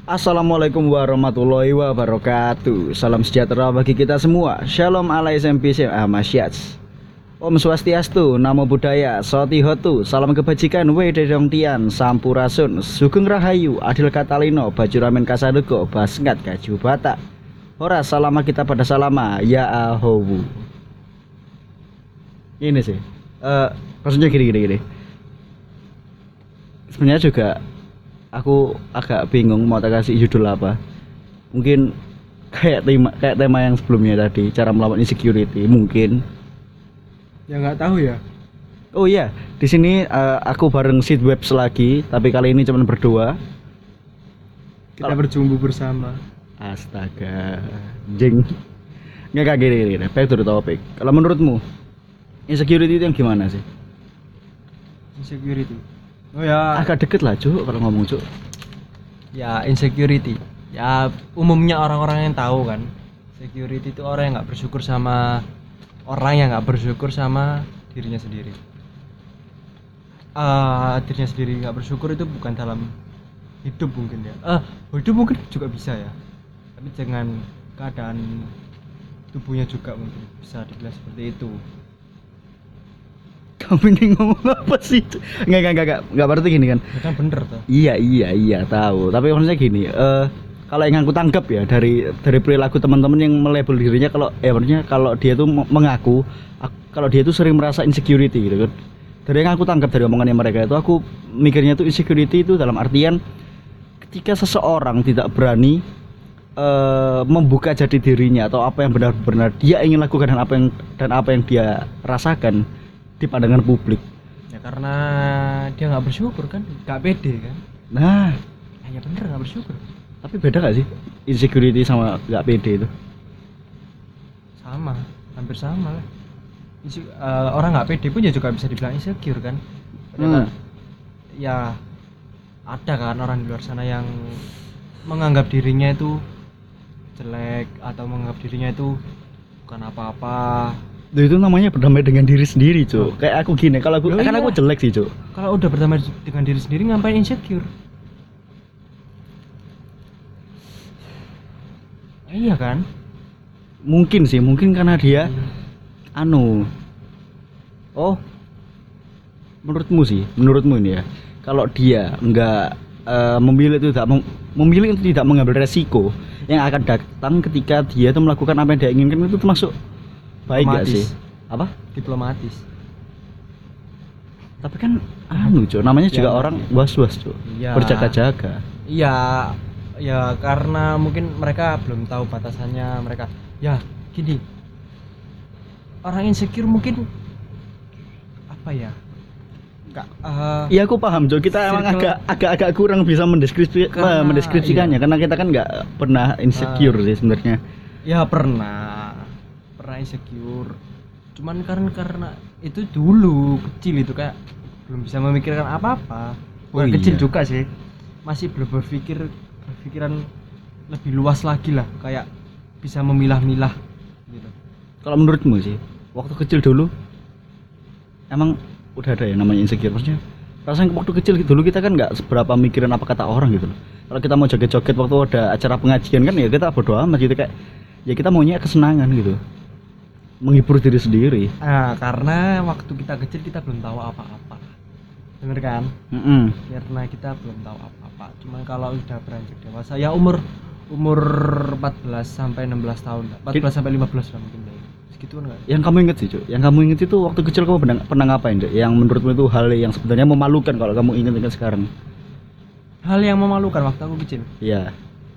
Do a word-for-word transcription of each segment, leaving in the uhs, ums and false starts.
Assalamualaikum warahmatullahi wabarakatuh. Salam sejahtera bagi kita semua. Shalom ala S M P C Amasyats. Om Swastiastu, Namo Buddhaya, Soti Hotu, salam kebajikan, Wededongtian, Sampurasun, Sugeng Rahayu, Adil Katalino, Bajuramen Kasadugo, Basngat Kaju Bata. Ora salama kita pada salama, ya ahowu. Ini sih, uh, maksudnya gini-gini gini. Sebenarnya juga aku agak bingung mau tak kasih judul apa. Mungkin kayak tema kayak tema yang sebelumnya tadi, cara melawan insecurity mungkin. Ya nggak tahu ya. Oh iya, di sini uh, aku bareng Sid Webs lagi, tapi kali ini cuma berdua. Kita Kalo... berjumpa bersama. Astaga, jing. Nggak kayak gini, gini, back to the topic. Kalau menurutmu insecurity itu yang gimana sih? Insecurity. Oh ya. Agak deket lah Cuk kalau ngomong Cuk. Ya insecurity. Ya umumnya orang-orang yang tahu kan. Security itu orang yang nggak bersyukur sama orang yang nggak bersyukur sama dirinya sendiri. Uh, dirinya sendiri nggak bersyukur itu bukan dalam hidup mungkin ya. Uh, hidup mungkin juga bisa ya. Tapi jangan keadaan tubuhnya juga mungkin bisa dibilang seperti itu. Kamu ini ngomong apa sih? Enggak enggak enggak enggak berarti gini kan. Ya kan bener tuh. Iya iya iya tahu. Tapi maksudnya gini, eh uh, kalau yang aku tangkap ya dari dari perilaku teman-teman yang melabel dirinya kalau eh maksudnya kalau dia tuh mengaku aku, kalau dia tuh sering merasa insecurity gitu kan. Dari yang aku tangkap dari omongannya mereka itu aku mikirnya tuh insecurity itu dalam artian ketika seseorang tidak berani uh, membuka jati dirinya atau apa yang benar-benar dia ingin lakukan dan apa yang dan apa yang dia rasakan di pandangan publik. Ya karena dia nggak bersyukur kan, nggak pede kan. Nah, ya bener nggak bersyukur. Tapi beda gak sih insecurity sama nggak pede itu? Sama, hampir sama lah. Inse- uh, orang nggak pede pun ya juga bisa dibilang insecure kan. Padahal hmm. ya ada kan orang di luar sana yang menganggap dirinya itu jelek atau menganggap dirinya itu bukan apa-apa. Duh, itu namanya berdamai dengan diri sendiri, Cuk. Oh. Kayak aku gini, kalau aku, Loh, kan iya. aku jelek sih, Cuk. Kalau udah berdamai dengan diri sendiri ngapain insecure? Iya kan? Mungkin sih, mungkin karena dia hmm. anu. Oh. Menurutmu sih, menurutmu ini ya. Kalau dia enggak uh, memilih itu tidak mem- memilih untuk tidak mengambil resiko yang akan datang ketika dia itu melakukan apa yang dia inginkan, itu termasuk baik gak sih? Apa? Diplomatis. Tapi kan anu, Cuk, namanya juga ya, orang was-was, Cuk. Ya. Berjaga-jaga. Iya. Ya karena mungkin mereka belum tahu batasannya mereka. Ya gini, orang insecure mungkin apa ya? Enggak. Uh, iya aku paham Jo. Kita emang agak agak agak kurang bisa mendeskripsi, karena, mendeskripsikannya iya. Karena kita kan nggak pernah insecure uh, sih sebenarnya. Ya pernah, pernah insecure. Cuman karena karena itu dulu kecil itu kayak belum bisa memikirkan apa-apa. Bukan oh, kecil iya. juga sih, masih belum berpikir pikiran lebih luas lagi lah, kayak bisa memilah-milah gitu. Kalau menurutmu sih, waktu kecil dulu emang udah ada ya namanya insecure? Maksudnya rasanya waktu kecil dulu kita kan nggak seberapa mikirin apa kata orang gitu. Kalau kita mau joget-joget waktu ada acara pengajian kan ya kita bodo amat gitu, kayak ya kita maunya kesenangan gitu, menghibur diri sendiri. Nah, karena waktu kita kecil kita belum tahu apa-apa, bener kan? Mm-hmm. Karena kita belum tahu apa-apa. Cuman kalau udah beranjak dewasa ya umur umur empat belas sampai enam belas tahun, empat belas sampai lima belas lah mungkin deh. Segituan enggak? Yang kamu inget sih, Cuk. Yang kamu inget itu waktu kecil kamu pernah pernah ngapain, Cuk? Yang menurutmu itu hal yang sebenarnya memalukan kalau kamu ingat-ingat sekarang. Hal yang memalukan waktu aku kecil? Iya.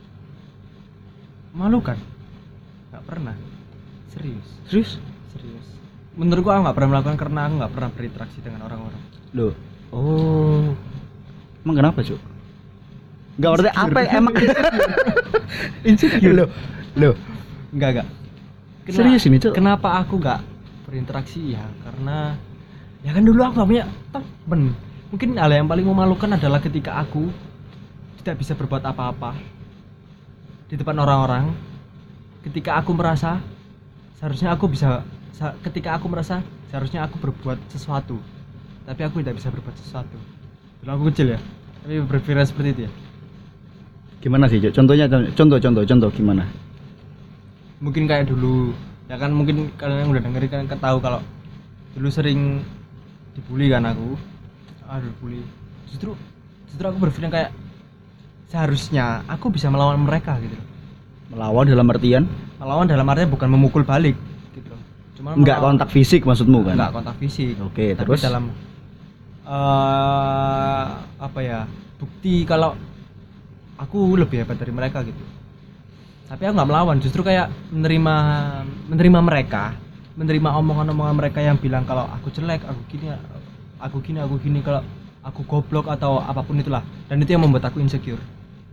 Memalukan? Enggak pernah. Serius. Serius? Serius. Menurutku aku enggak pernah melakukan karena aku enggak pernah berinteraksi dengan orang-orang. Loh. Oh. Emang kenapa, Cuk? Enggak berarti apa emang insecure. Loh. Loh. Enggak, enggak. Kenapa, serius ini, Cuk? Kenapa aku enggak berinteraksi ya? Karena ya kan dulu aku gak punya temen. Mungkin hal yang paling memalukan adalah ketika aku tidak bisa berbuat apa-apa di depan orang-orang. Ketika aku merasa seharusnya aku bisa ketika aku merasa seharusnya aku berbuat sesuatu, tapi aku tidak bisa berbuat sesuatu. Dulu aku kecil ya, tapi berpikiran seperti itu ya. Gimana sih, Cuk? Contohnya contoh contoh contoh gimana? Mungkin kayak dulu ya kan, mungkin kalian yang udah dengerin kan, kan tahu kalau dulu sering dibully kan aku. Aduh, dibully. Justru justru aku berpikir kayak seharusnya aku bisa melawan mereka gitu loh. Melawan dalam artian Melawan dalam artian bukan memukul balik gitu loh. Cuma enggak melawan- kontak fisik maksudmu kan? Enggak kontak fisik. Oke, Tapi terus dalam eh apa ya? Bukti kalau aku lebih hebat dari mereka gitu. Tapi aku nggak melawan, justru kayak menerima menerima mereka, menerima omongan-omongan mereka yang bilang kalau aku jelek, aku gini, aku gini, aku gini, kalau aku goblok atau apapun itulah. Dan itu yang membuat aku insecure.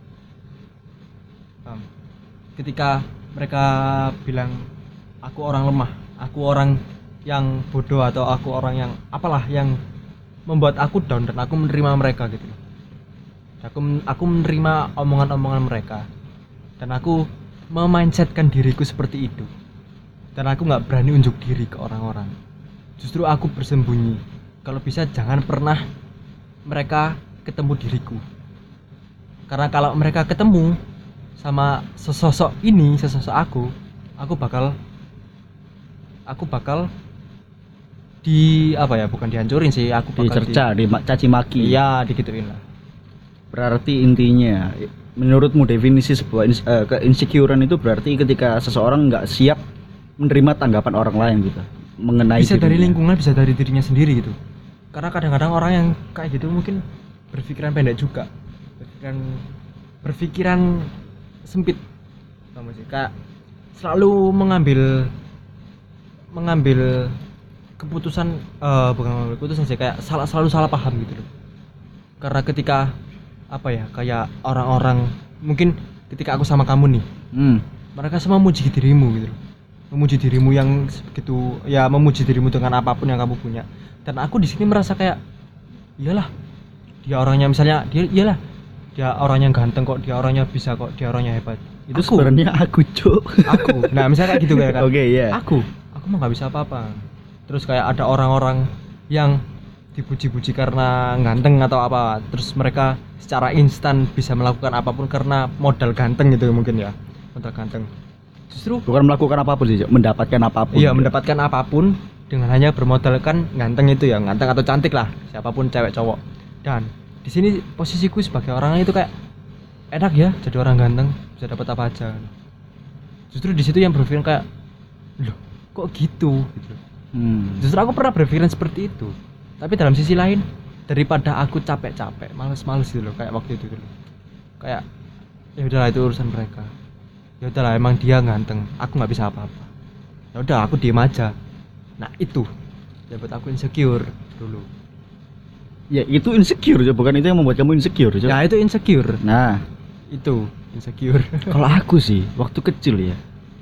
Paham? Ketika mereka bilang aku orang lemah, aku orang yang bodoh atau aku orang yang apalah yang membuat aku down, dan aku menerima mereka gitu. Aku aku menerima omongan-omongan mereka, dan aku memindsetkan diriku seperti itu, dan aku nggak berani unjuk diri ke orang-orang. Justru aku bersembunyi. Kalau bisa jangan pernah mereka ketemu diriku, karena kalau mereka ketemu sama sesosok ini, sesosok aku, aku bakal aku bakal di apa ya, bukan dihancurin sih, aku bakal dicerca, di, dicaci maki. iya digituin lah. Berarti intinya menurutmu definisi sebuah ins- eh, keinsecurean itu berarti ketika seseorang nggak siap menerima tanggapan orang lain gitu mengenai Bisa dari dirinya. lingkungan, bisa dari dirinya sendiri gitu. Karena kadang-kadang orang yang kayak gitu mungkin berpikiran pendek juga, berpikiran berpikiran sempit, kamu sih kayak selalu mengambil mengambil keputusan, eh, bukan mengambil keputusan sih, kayak salah selalu salah paham gitu loh. Karena ketika apa ya, kayak orang-orang mungkin ketika aku sama kamu nih, Hmm. mereka semua memuji dirimu gitu loh, memuji dirimu yang begitu ya, memuji dirimu dengan apapun yang kamu punya. Dan aku di sini merasa kayak iyalah, dia orangnya, misalnya dia iyalah dia orangnya ganteng kok, dia orangnya bisa kok, dia orangnya hebat. Itu Aku- sebenarnya aku, Cuk. aku nah misalnya kayak gitu kayak kan. Oke, iya. aku aku mah nggak bisa apa-apa. Terus kayak ada orang-orang yang dipuji-puji karena ganteng atau apa, terus mereka secara instan bisa melakukan apapun karena modal ganteng gitu mungkin ya, modal ganteng. Justru Bukan melakukan apapun sih, Cuk. Mendapatkan apapun. iya, mendapatkan apapun dengan hanya bermodalkan ganteng itu ya, ganteng atau cantik lah, siapapun, cewek cowok. Dan di sini posisiku sebagai orang itu kayak enak ya jadi orang ganteng, bisa dapat apa aja. Justru di situ yang berpikiran kayak loh kok gitu gitu. Hmm. Justru aku pernah berpikiran seperti itu. Tapi dalam sisi lain, daripada aku capek-capek, males-males gitu loh, kayak waktu itu gitu loh. Kayak ya udahlah, itu urusan mereka. Ya udahlah, emang dia ganteng, aku nggak bisa apa-apa. Ya udah, aku diem aja. Nah itu yang buat aku insecure dulu. Ya itu insecure, Cuk. Bukan itu yang membuat kamu insecure, Cuk. Ya itu insecure. Nah, Itu insecure. kalau aku sih waktu kecil ya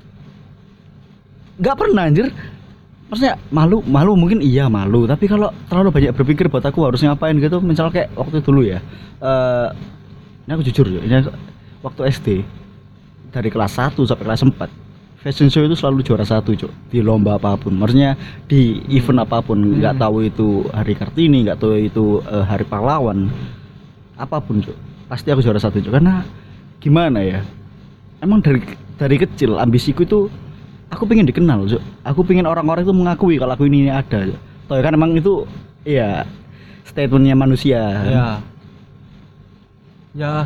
nggak pernah anjir. Maksudnya malu, malu mungkin iya malu, tapi kalau terlalu banyak berpikir buat aku harus ngapain gitu, misal kayak waktu dulu ya, eh ini aku jujur ya, ini waktu S D dari kelas satu sampai kelas empat fashion show itu selalu juara satu, Cuk, di lomba apapun, maksudnya di event apapun, nggak Hmm. tahu itu hari Kartini, nggak tahu itu eh, hari pahlawan, apapun, Cuk, pasti aku juara satu, Cuk. Karena gimana ya, emang dari dari kecil ambisiku itu aku pengen dikenal, Cuk. Aku pengen orang-orang itu mengakui kalau aku ini ada, Cuk. Toh kan emang itu ya statementnya manusia. Ya. Ya.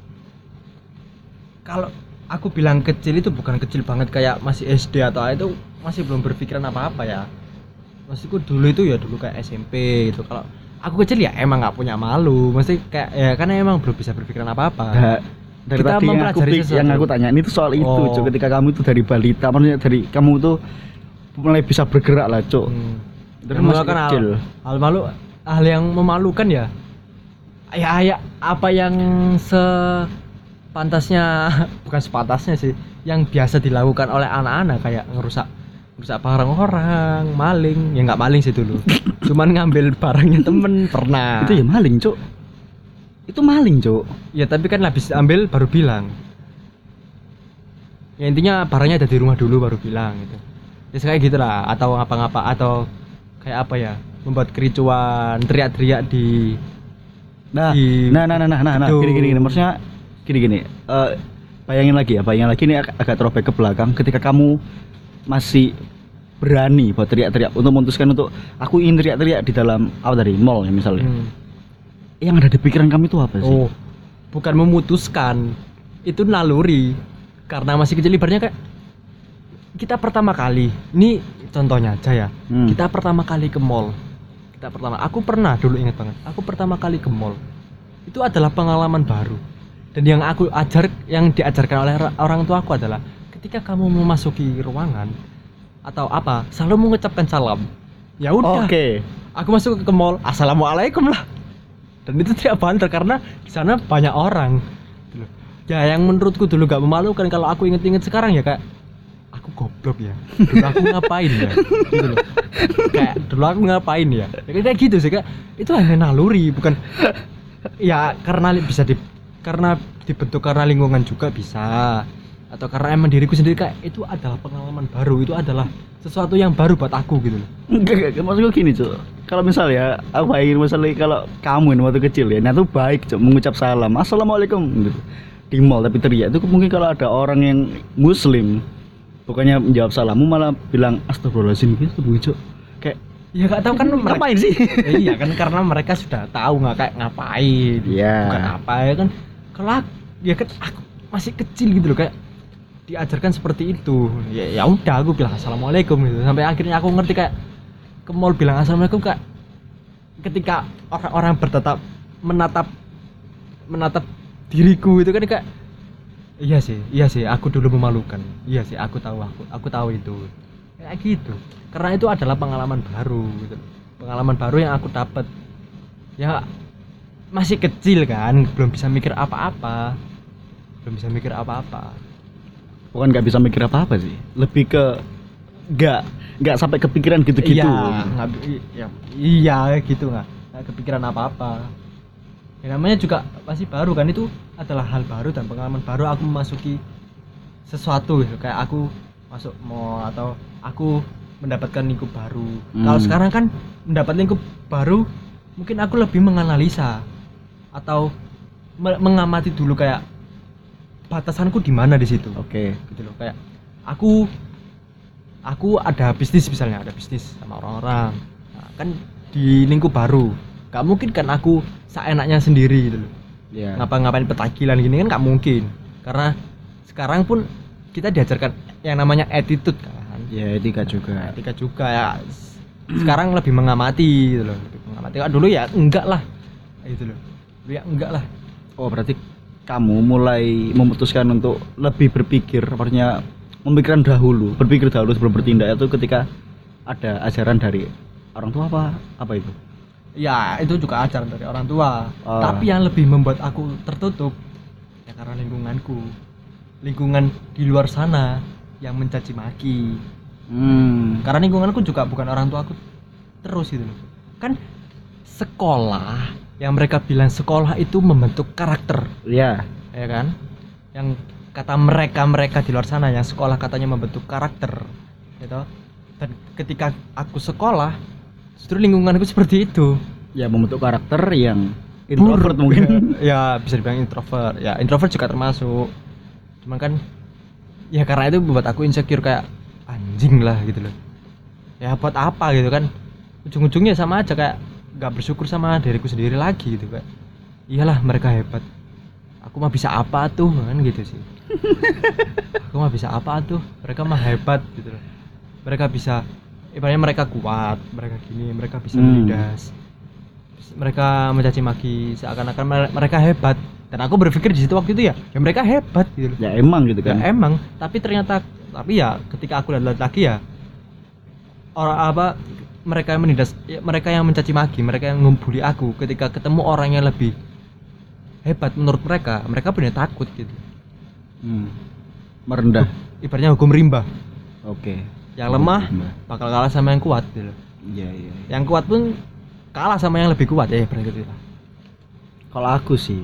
Kalau aku bilang kecil itu bukan kecil banget kayak masih S D atau itu, masih belum berpikiran apa-apa ya. Maksudku dulu itu ya dulu kayak S M P gitu. Kalau aku kecil ya emang nggak punya malu, mesti kayak ya karena emang belum bisa berpikiran apa-apa. Nah, dari Kita tadi yang aku, mempelajari pik- sesuatu. yang aku tanya itu soal itu, Oh. Cuk. Ketika kamu itu dari balita, maksudnya dari kamu tuh mulai bisa bergerak lah, Cuk. Hmm. Dari Yang masih melakukan hal, kecil. hal malu, hal yang memalukan ya. Ya, ya apa yang sepantasnya, bukan sepantasnya sih, yang biasa dilakukan oleh anak-anak kayak ngerusak ngerusak barang orang, maling. Ya nggak maling sih dulu. Cuman ngambil barangnya temen pernah. Itu ya maling, Cuk. Itu maling, Cuk. Ya tapi kan habis ambil baru bilang. Ya intinya barangnya ada di rumah dulu baru bilang gitu. Ya kayak gitulah, atau ngapa-ngapa, atau kayak apa ya, membuat kericuan, teriak-teriak di Nah, Di- nah, nah, nah, nah, nah, nah, Gitu. gini, gini, gini, maksudnya gini-gini. eh, bayangin lagi ya, bayangin lagi ini ag- agak throwback ke belakang ketika kamu masih berani buat teriak-teriak untuk memutuskan untuk aku ingin teriak-teriak di dalam apa tadi mall ya misalnya. Hmm. Yang ada di pikiran kamu itu apa sih? Oh, bukan memutuskan, itu naluri. Karena masih kecil ibaratnya kayak kita pertama kali, ini contohnya aja ya. Hmm. Kita pertama kali ke mall. Kita pertama, aku pernah dulu ingat banget. Aku pertama kali ke mall. Itu adalah pengalaman baru. Dan yang aku ajar, yang diajarkan oleh ra- orang tua aku adalah ketika kamu memasuki ruangan atau apa, selalu mengucapkan salam. Ya udah. Oke. Aku masuk ke mall, assalamualaikum lah. Dan itu tidak banter karena di sana banyak orang. Gitu loh. Ya yang menurutku dulu gak memalukan, kalau aku inget-inget sekarang ya kayak aku goblok ya. Dulu aku ngapain ya? Gitu loh. Kayak dulu aku ngapain ya? Ya kayak gitu sih, kayak itu hanya naluri, bukan ya karena li- bisa di karena dibentuk karena lingkungan juga bisa, atau karena emang diriku sendiri kayak itu adalah pengalaman baru, itu adalah sesuatu yang baru buat aku gitu loh. Enggak, enggak, maksudku gini, Cuk. Kalau misalnya aku bayangin misalnya kalau kamu ini waktu kecil ya, nah itu baik, Cuk, mengucap salam, assalamualaikum gitu. Di mall tapi teriak itu mungkin kalau ada orang yang muslim bukannya menjawab salammu malah bilang astagfirullahaladzim gitu, Cuk. Kayak Ya gak tahu kan mereka, ngapain sih? Ya, iya kan karena mereka sudah tahu nggak kayak ngapain, Iya. bukan apa ya kan. Kalau aku, ya kan aku masih kecil gitu loh, kayak diajarkan seperti itu. Ya ya udah aku bilang assalamualaikum gitu. Sampai akhirnya aku ngerti kayak ke mall bilang assalamualaikum, kayak ketika orang-orang bertatap menatap menatap diriku itu kan kayak iya sih, iya sih aku dulu memalukan. Iya sih aku tahu aku aku tahu itu. Kayak gitu. Karena itu adalah pengalaman baru gitu. Pengalaman baru yang aku dapat. Ya masih kecil kan, belum bisa mikir apa-apa. Belum bisa mikir apa-apa. Bukan nggak bisa mikir apa-apa sih, lebih ke nggak nggak sampai kepikiran gitu-gitu. Iya, nggak bi- iya, iya gitu nggak. Nggak kepikiran apa-apa. Ya namanya juga pasti baru kan, itu adalah hal baru dan pengalaman baru aku memasuki sesuatu gitu. Kayak aku masuk mall atau aku mendapatkan lingkup baru. Hmm. Kalau sekarang kan mendapat lingkup baru, mungkin aku lebih menganalisa atau me- mengamati dulu kayak batasanku di mana di situ. Oke. Gitu loh, kayak aku aku ada bisnis misalnya, ada bisnis sama orang-orang. Nah, kan di lingkup baru. Gak mungkin kan aku seenaknya sendiri gitu loh. Ya. Ngapa-ngapain petakilan gini kan gak mungkin. Karena sekarang pun kita diajarkan yang namanya attitude kan. Ya etika juga. Etika juga ya. Sekarang lebih mengamati gitu loh, lebih mengamati. Ah, dulu ya enggak lah. Gitu loh. Dulu ya enggak lah. Oh berarti kamu mulai memutuskan untuk lebih berpikir, artinya memikirkan dahulu, berpikir dahulu sebelum bertindak itu ketika ada ajaran dari orang tua apa apa itu? Ya itu juga ajaran dari orang tua. Oh. Tapi yang lebih membuat aku tertutup ya karena lingkunganku, lingkungan di luar sana yang mencaci maki. Hmm. Karena lingkunganku juga bukan orang tua aku terus gitu loh. Kan sekolah yang mereka bilang sekolah itu membentuk karakter, Ya. ya kan? Yang kata mereka mereka di luar sana yang sekolah katanya membentuk karakter, gitu. Dan ketika aku sekolah, justru lingkunganku seperti itu. Ya membentuk karakter yang introvert Buruk. mungkin. Ya bisa dibilang introvert. Ya introvert juga termasuk. Cuman kan ya karena itu membuat aku insecure kayak anjing lah gitu loh. Ya buat apa gitu kan? Ujung-ujungnya sama aja kayak nggak bersyukur sama diriku sendiri lagi gitu kayak. Iyalah mereka hebat. Aku mah bisa apa tuh kan gitu sih. Aku mah bisa apa tuh? Mereka mah hebat gitu loh. Mereka bisa ibaratnya mereka kuat, mereka gini, mereka bisa Hmm. menindas. Mereka mencaci maki seakan-akan mere- mereka hebat. Dan aku berpikir di situ waktu itu ya, ya mereka hebat gitu loh. Ya emang gitu Ya kan. emang, tapi ternyata tapi ya ketika aku lihat lagi ya orang apa mereka yang menindas, ya, mereka yang mencaci maki, mereka yang membuli aku ketika ketemu orang yang lebih hebat menurut mereka, mereka punya takut gitu. Hmm. Merendah. Ibaratnya hukum rimba. Oke. Yang lemah Merendah. bakal kalah sama yang kuat gitu. Iya iya. iya. Yang kuat pun kalah sama yang lebih kuat ya berarti gitu lah. Kalau aku sih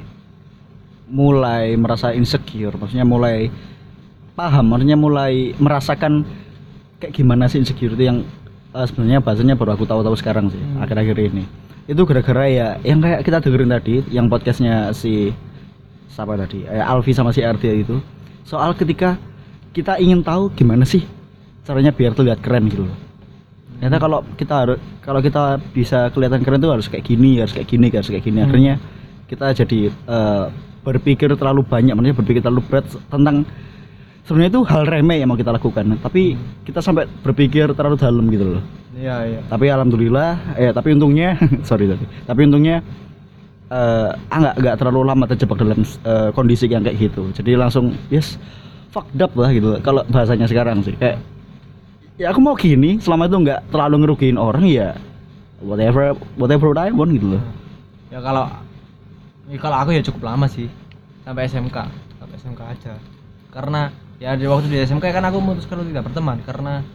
mulai merasa insecure, maksudnya mulai paham, maksudnya mulai merasakan kayak gimana sih insecure itu yang eh, sebenarnya bahasanya baru aku tahu-tahu sekarang sih, Hmm. akhir-akhir ini. Itu gara-gara ya yang kayak kita dengerin tadi, yang podcastnya si siapa tadi? Eh, Alfi sama si R D itu. Soal ketika kita ingin tahu gimana sih caranya biar terlihat keren gitu loh. Ternyata kalau kita harus kalau kita bisa kelihatan keren itu harus kayak gini, harus kayak gini, harus kayak gini. Hmm. Akhirnya kita jadi uh, berpikir terlalu banyak, maksudnya berpikir terlalu berat tentang sebenarnya itu hal remeh yang mau kita lakukan, tapi kita sampai berpikir terlalu dalam gitu loh. Iya, iya. Tapi alhamdulillah, eh tapi untungnya, sorry tadi, tapi untungnya uh, nggak nggak terlalu lama terjebak dalam uh, kondisi yang kayak gitu. Jadi langsung yes, fucked up lah gitu. Kalau bahasanya sekarang sih kayak ya aku mau gini, selama itu nggak terlalu ngerugiin orang ya whatever whatever I want gitu loh. Ya kalau ya kalau aku ya cukup lama sih, sampai S M K, sampai S M K aja. Karena ya di waktu di S M K kan aku memutuskan untuk tidak berteman karena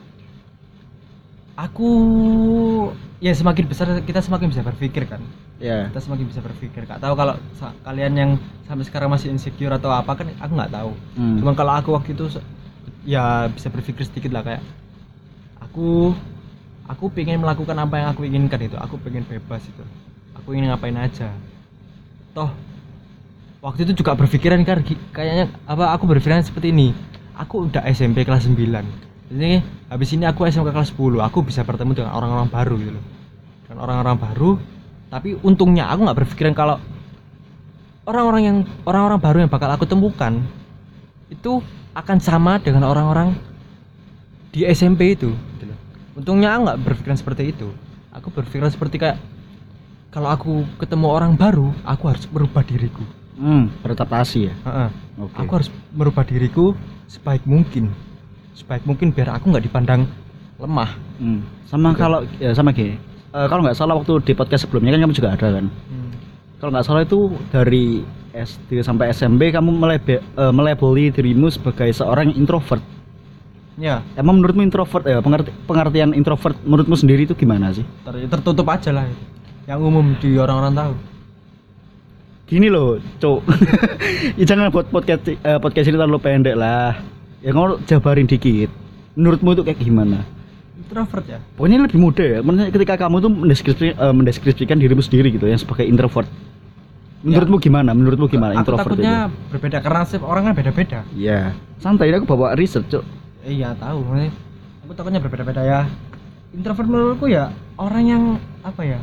aku ya semakin besar kita semakin bisa berpikir kan. Ya. Kita semakin bisa berpikir. Gak tahu kalau sa- kalian yang sampai sekarang masih insecure atau apa kan aku nggak tahu. Hmm. Cuman kalau aku waktu itu se- ya bisa berpikir sedikit lah kayak aku aku pengen melakukan apa yang aku inginkan itu. Aku pengen bebas itu. Aku ingin ngapain aja. Toh waktu itu juga berpikiran kan gi- kayaknya apa aku berpikiran seperti ini. Aku udah S M P kelas sembilan. Jadi habis ini aku S M K kelas sepuluh, aku bisa bertemu dengan orang-orang baru gitu loh. Dengan orang-orang baru, tapi untungnya aku nggak berpikiran kalau orang-orang yang orang-orang baru yang bakal aku temukan itu akan sama dengan orang-orang di S M P itu gitu loh. Untungnya aku nggak berpikiran seperti itu. Aku berpikiran seperti kayak kalau aku ketemu orang baru, aku harus merubah diriku. Hmm, beradaptasi ya. Heeh. Oke. Aku harus merubah diriku sebaik mungkin. Sebaik mungkin biar aku nggak dipandang lemah. Hmm. Sama Gitu. kalau ya sama gini. Eh, kalau nggak salah waktu di podcast sebelumnya kan kamu juga ada kan. Hmm. Kalau nggak salah itu dari S D sampai S M P kamu melebe, eh, melabeli dirimu sebagai seorang introvert. Ya, Emang menurutmu introvert ya pengerti, pengertian introvert menurutmu sendiri itu gimana sih? ter- tertutup aja lah. Yang umum di orang-orang tahu. Gini loh, cok. Ya, jangan buat podcast eh, podcast ini terlalu pendek lah. Ya kamu jabarin dikit. Menurutmu itu kayak gimana? Introvert ya. Pokoknya lebih mudah ya. Maksudnya ketika kamu tuh mendeskripsi, eh, mendeskripsikan dirimu sendiri gitu yang sebagai introvert. Menurutmu gimana? Menurutmu gimana Aku introvert takutnya itu? berbeda karena setiap orang kan beda-beda. Iya. Santai, aku bawa riset, cok. Eh, iya tahu. Makanya aku takutnya berbeda-beda ya. Introvert menurutku ya orang yang apa ya?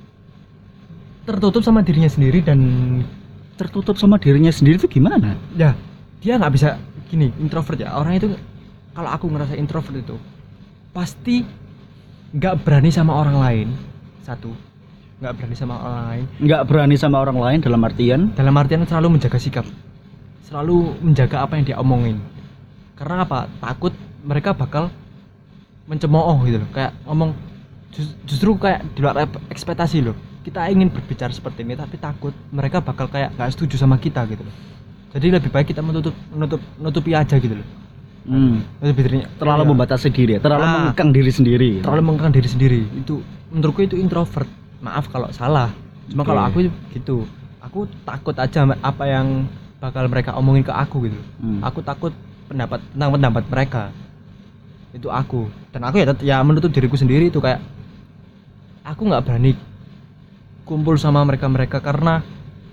Tertutup sama dirinya sendiri dan Tertutup sama dirinya sendiri itu gimana? ya dia nggak bisa gini introvert ya orang itu kalau aku ngerasa introvert itu pasti nggak berani sama orang lain satu nggak berani sama orang lain Nggak berani sama orang lain dalam artian dalam artian selalu menjaga sikap selalu menjaga apa yang dia omongin karena apa takut mereka bakal mencemooh gitu loh kayak ngomong jus- justru kayak di luar ep- ekspektasi loh kita ingin berbicara seperti ini tapi takut mereka bakal kayak nggak setuju sama kita gitu loh jadi lebih baik kita menutup menutup nutupi aja gitu loh hmm, lebih dirinya terlalu iya. membatasi diri, ya, terlalu Ah. mengekang diri sendiri. terlalu mengekang diri sendiri itu menurutku itu introvert maaf kalau salah cuma Oke. kalau aku gitu aku takut aja apa yang bakal mereka omongin ke aku gitu Hmm. aku takut pendapat tentang pendapat mereka itu aku dan aku ya tet- ya menutup diriku sendiri itu kayak aku nggak berani kumpul sama mereka-mereka karena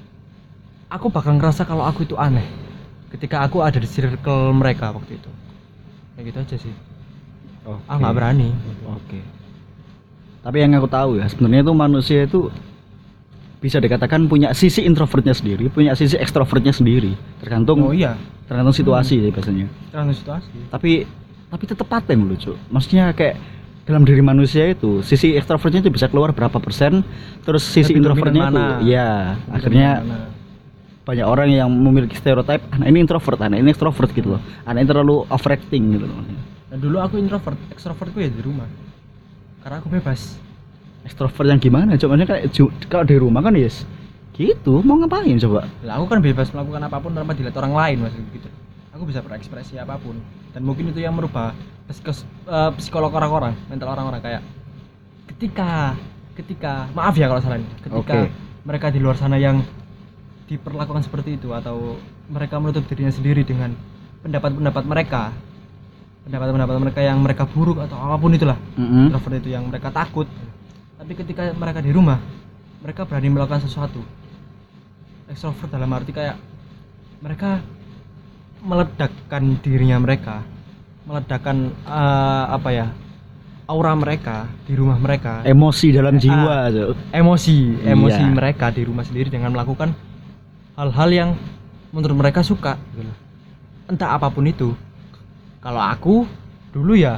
aku bakal ngerasa kalau aku itu aneh ketika aku ada di circle mereka waktu itu kayak gitu aja sih Oke. ah nggak berani Oke. Tapi yang aku tahu ya, sebenarnya itu manusia itu bisa dikatakan punya sisi introvertnya sendiri, punya sisi ekstrovertnya sendiri. Tergantung oh iya tergantung situasi sih biasanya. tergantung situasi Tapi tapi tetap paten loh, Cuk. Maksudnya kayak dalam diri manusia itu sisi ekstrovertnya itu bisa keluar berapa persen, terus sisi Lebih introvertnya dominan itu mana? ya akhirnya Gimana? banyak orang yang memiliki stereotip anak ini introvert, anak ini extrovert gitu loh. Anak ini terlalu overacting gitu loh. Dan dulu aku introvert, extrovertku ya di rumah. Karena aku bebas. Extrovert yang gimana? Coba maksudnya kayak ju- kalau di rumah kan yes. Gitu, mau ngapain coba? Lah aku kan bebas melakukan apapun tanpa dilihat orang lain mas gitu. Aku bisa berekspresi apapun. Dan mungkin itu yang merubah psikos, eh, psikolog orang-orang, mental orang-orang kayak ketika ketika maaf ya kalau salah ini, ketika Oke. mereka di luar sana yang diperlakukan seperti itu atau mereka menutup dirinya sendiri dengan pendapat-pendapat mereka, pendapat-pendapat mereka yang mereka buruk atau apapun itulah. Mm-mm. Introvert itu yang mereka takut tapi ketika mereka di rumah mereka berani melakukan sesuatu. Extrovert dalam arti kayak mereka meledakkan dirinya mereka, meledakkan uh, apa ya, aura mereka di rumah mereka, Emosi dalam jiwa, Ah. Cuk. emosi emosi Iya. mereka di rumah sendiri dengan melakukan hal-hal yang menurut mereka suka gitu loh. Entah apapun itu. Kalau aku dulu ya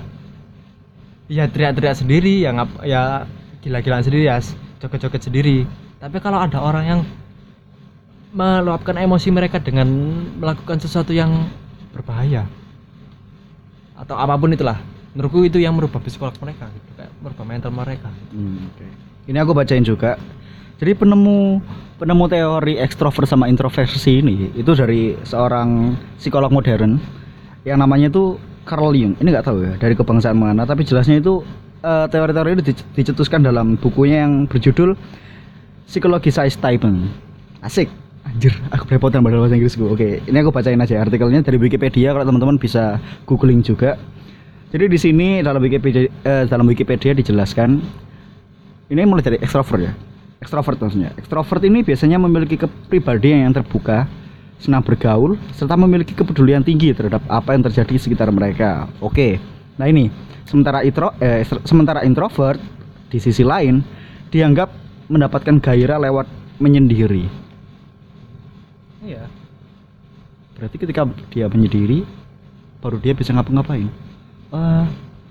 ya teriak-teriak sendiri, ya ngap ya gila-gilaan sendiri, ya joget-joget sendiri. Tapi kalau ada orang yang meluapkan emosi mereka dengan melakukan sesuatu yang berbahaya atau apapun itulah, menurutku itu yang merubah psikolog mereka gitu, kayak merubah mental mereka. Hmm, oke. Ini aku bacain juga. Jadi penemu penemu teori ekstrovert sama introversi ini itu dari seorang psikolog modern yang namanya itu Carl Jung. Ini nggak tahu ya dari kebangsaan mana, tapi jelasnya itu eh, teori-teori itu dic- dicetuskan dalam bukunya yang berjudul Psikologi Size Typing. Asik. Anjir, aku belepotan padahal bahasa Inggrisku. Oke, ini aku bacain aja artikelnya dari Wikipedia, kalau teman-teman bisa googling juga. Jadi di sini dalam Wikipedia eh, dalam Wikipedia dijelaskan ini mulai dari ekstrovert ya. Ekstrovert maksudnya. Ekstrovert ini biasanya memiliki kepribadian yang terbuka, senang bergaul, serta memiliki kepedulian tinggi terhadap apa yang terjadi di sekitar mereka. Oke. Nah ini, sementara intro eh, sementara introvert di sisi lain dianggap mendapatkan gairah lewat menyendiri. Iya. Berarti ketika dia menyendiri baru dia bisa ngapa-ngapain. Eh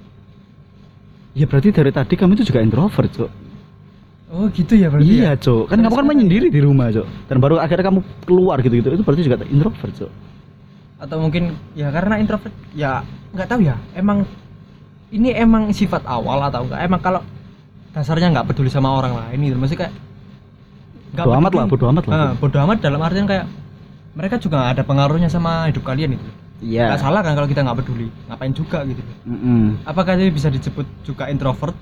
ya berarti dari tadi kamu itu juga introvert, Cok. Oh gitu ya berarti. Iya, ya? Cok. Kan Terus kamu kan apa menyendiri di rumah, Cok. Dan baru akhirnya kamu keluar gitu-gitu. Itu berarti juga introvert, Cok. Atau mungkin ya karena introvert ya nggak tahu ya, emang ini emang sifat awal atau enggak, emang kalau dasarnya nggak peduli sama orang lain gitu, maksudnya kayak nggak Bodo amat peduli. lah, bodo amat lah. Nah, bodo amat dalam artian kayak mereka juga nggak ada pengaruhnya sama hidup kalian itu. Iya. Nggak salah kan kalau kita nggak peduli, ngapain juga gitu. Mm-mm. Apakah itu bisa disebut juga introvert?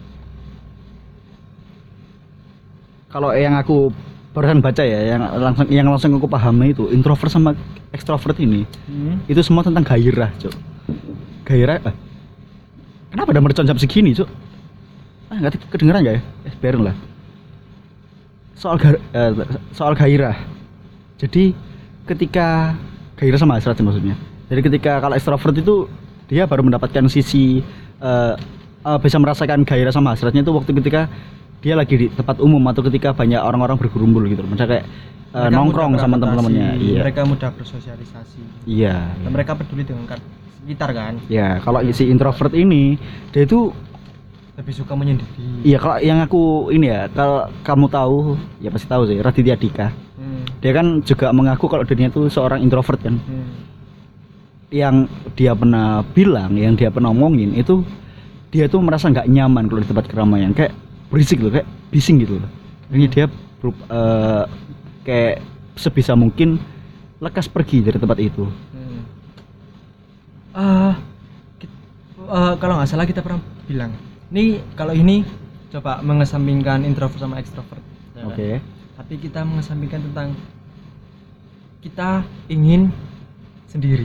Kalau yang aku barusan baca ya, yang langsung yang langsung aku pahami itu introvert sama ekstrovert ini Hmm. itu semua tentang gairah, Cok. Gairah. Eh, kenapa ada mercon jam segini, Cok? Ah, nggak kedengeran nggak ya? Eh, biarin lah. Soal gar- eh, soal gairah. Jadi ketika gairah sama hasrat sih maksudnya. Jadi ketika kalau ekstrovert itu dia baru mendapatkan sisi eh, eh, bisa merasakan gairah sama hasratnya itu waktu ketika dia lagi di tempat umum atau ketika banyak orang-orang bergerumpul gitu. Misalnya kayak eh, Mereka nongkrong mudah sama beradaptasi, teman-temannya. Iya. Mereka mudah bersosialisasi. Iya. Dan mereka peduli dengan kan- sekitar kan. Ya, kalau si introvert ini dia itu Lebih suka menyendiri. iya kalau yang aku ini ya, kalau kamu tahu, ya pasti tahu sih Raditya Dika. Hmm. Dia kan juga mengaku kalau dirinya itu seorang introvert kan. Hmm. Yang dia pernah bilang, yang dia pernah ngomongin itu dia tuh merasa nggak nyaman kalau di tempat keramaian, kayak berisik loh, kayak bising gitu loh. Jadi dia berup- eh, kayak sebisa mungkin lekas pergi dari tempat itu. Hmm. Ah, kit- eh, kalau nggak salah kita pernah bilang, nih kalau ini coba mengesampingkan introvert sama extrovert. ya kan? Oke. Tapi kita mengesampingkan tentang kita ingin sendiri.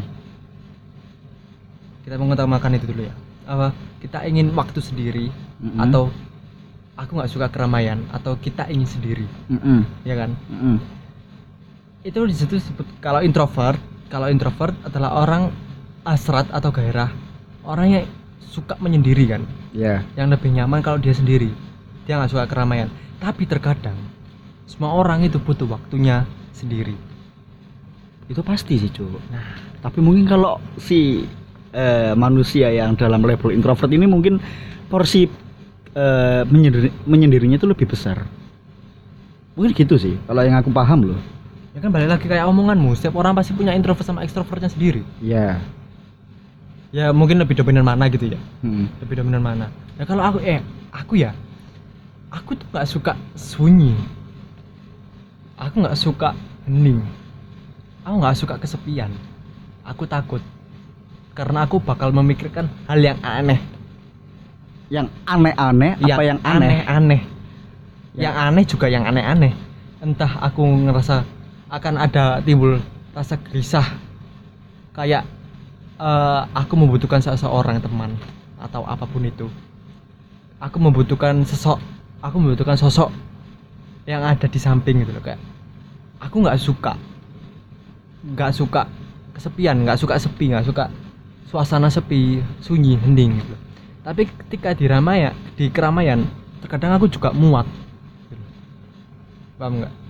Kita mengutamakan itu dulu ya. Apa? Kita ingin waktu sendiri Mm-mm. atau aku nggak suka keramaian atau kita ingin sendiri, Mm-mm. ya kan? Mm-mm. Itu di situ disebut kalau introvert, kalau introvert adalah orang hasrat atau gairah, orang yang suka menyendiri kan, Ya. yang lebih nyaman kalau dia sendiri, dia nggak suka keramaian. Tapi terkadang semua orang itu butuh waktunya sendiri. Itu pasti sih, Cuk. Nah, tapi mungkin kalau si eh, manusia yang dalam level introvert ini mungkin porsi eh, menyendiri, menyendirinya itu lebih besar. Mungkin gitu sih, kalau yang aku paham loh. Ya kan balik lagi kayak omonganmu, setiap orang pasti punya introvert sama extrovertnya sendiri. Ya. Ya mungkin lebih dominan mana gitu ya, Hmm. lebih dominan mana. Ya kalau aku eh aku ya, aku tuh nggak suka sunyi. Aku nggak suka hening. Aku nggak suka kesepian. Aku takut karena aku bakal memikirkan hal yang aneh. Yang aneh-aneh apa yang aneh? aneh Yang- Yang aneh juga yang aneh-aneh. Entah aku ngerasa akan ada timbul rasa gelisah, kayak eh, aku membutuhkan seseorang teman atau apapun itu. Aku membutuhkan sosok, aku membutuhkan sosok yang ada di samping gitu loh, kayak aku nggak suka nggak suka kesepian, nggak suka sepi, nggak suka suasana sepi, sunyi, hening gitu. Tapi ketika di ramaya, di keramaian, terkadang aku juga muak. Paham nggak?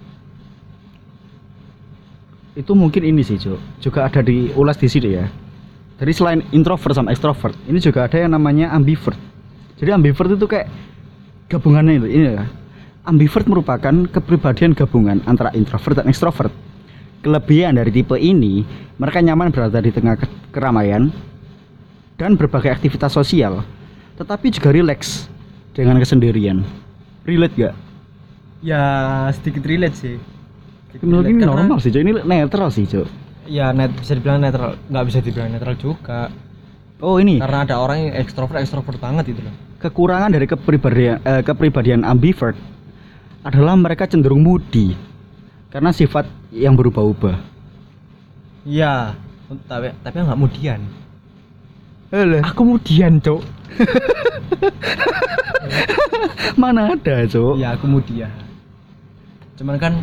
Itu mungkin ini sih, Jo. Juga ada diulas di sini ya. Jadi selain introvert sama extrovert, ini juga ada yang namanya ambivert. Jadi ambivert itu kayak gabungannya itu, ini ya. Ambivert merupakan kepribadian gabungan antara introvert dan extrovert. Kelebihan dari tipe ini, mereka nyaman berada di tengah ke- keramaian dan berbagai aktivitas sosial, tetapi juga rileks dengan kesendirian. Relate gak? Ya sedikit relate sih. Sedikit Menurut relate ini karena- normal sih, Jo. Ini netral sih, Jo. Ya net bisa dibilang netral, nggak bisa dibilang netral juga. Oh, ini Karena ada orang yang ekstrovert ekstrovert banget itu loh. kekurangan dari kepribadian eh, kepribadian ambivert adalah mereka cenderung moody karena sifat yang berubah-ubah. Iya, tapi tapi nggak kemudian. Alah, Aku kemudian, Cok. mana ada, Cok? Iya, aku kemudian. Cuman kan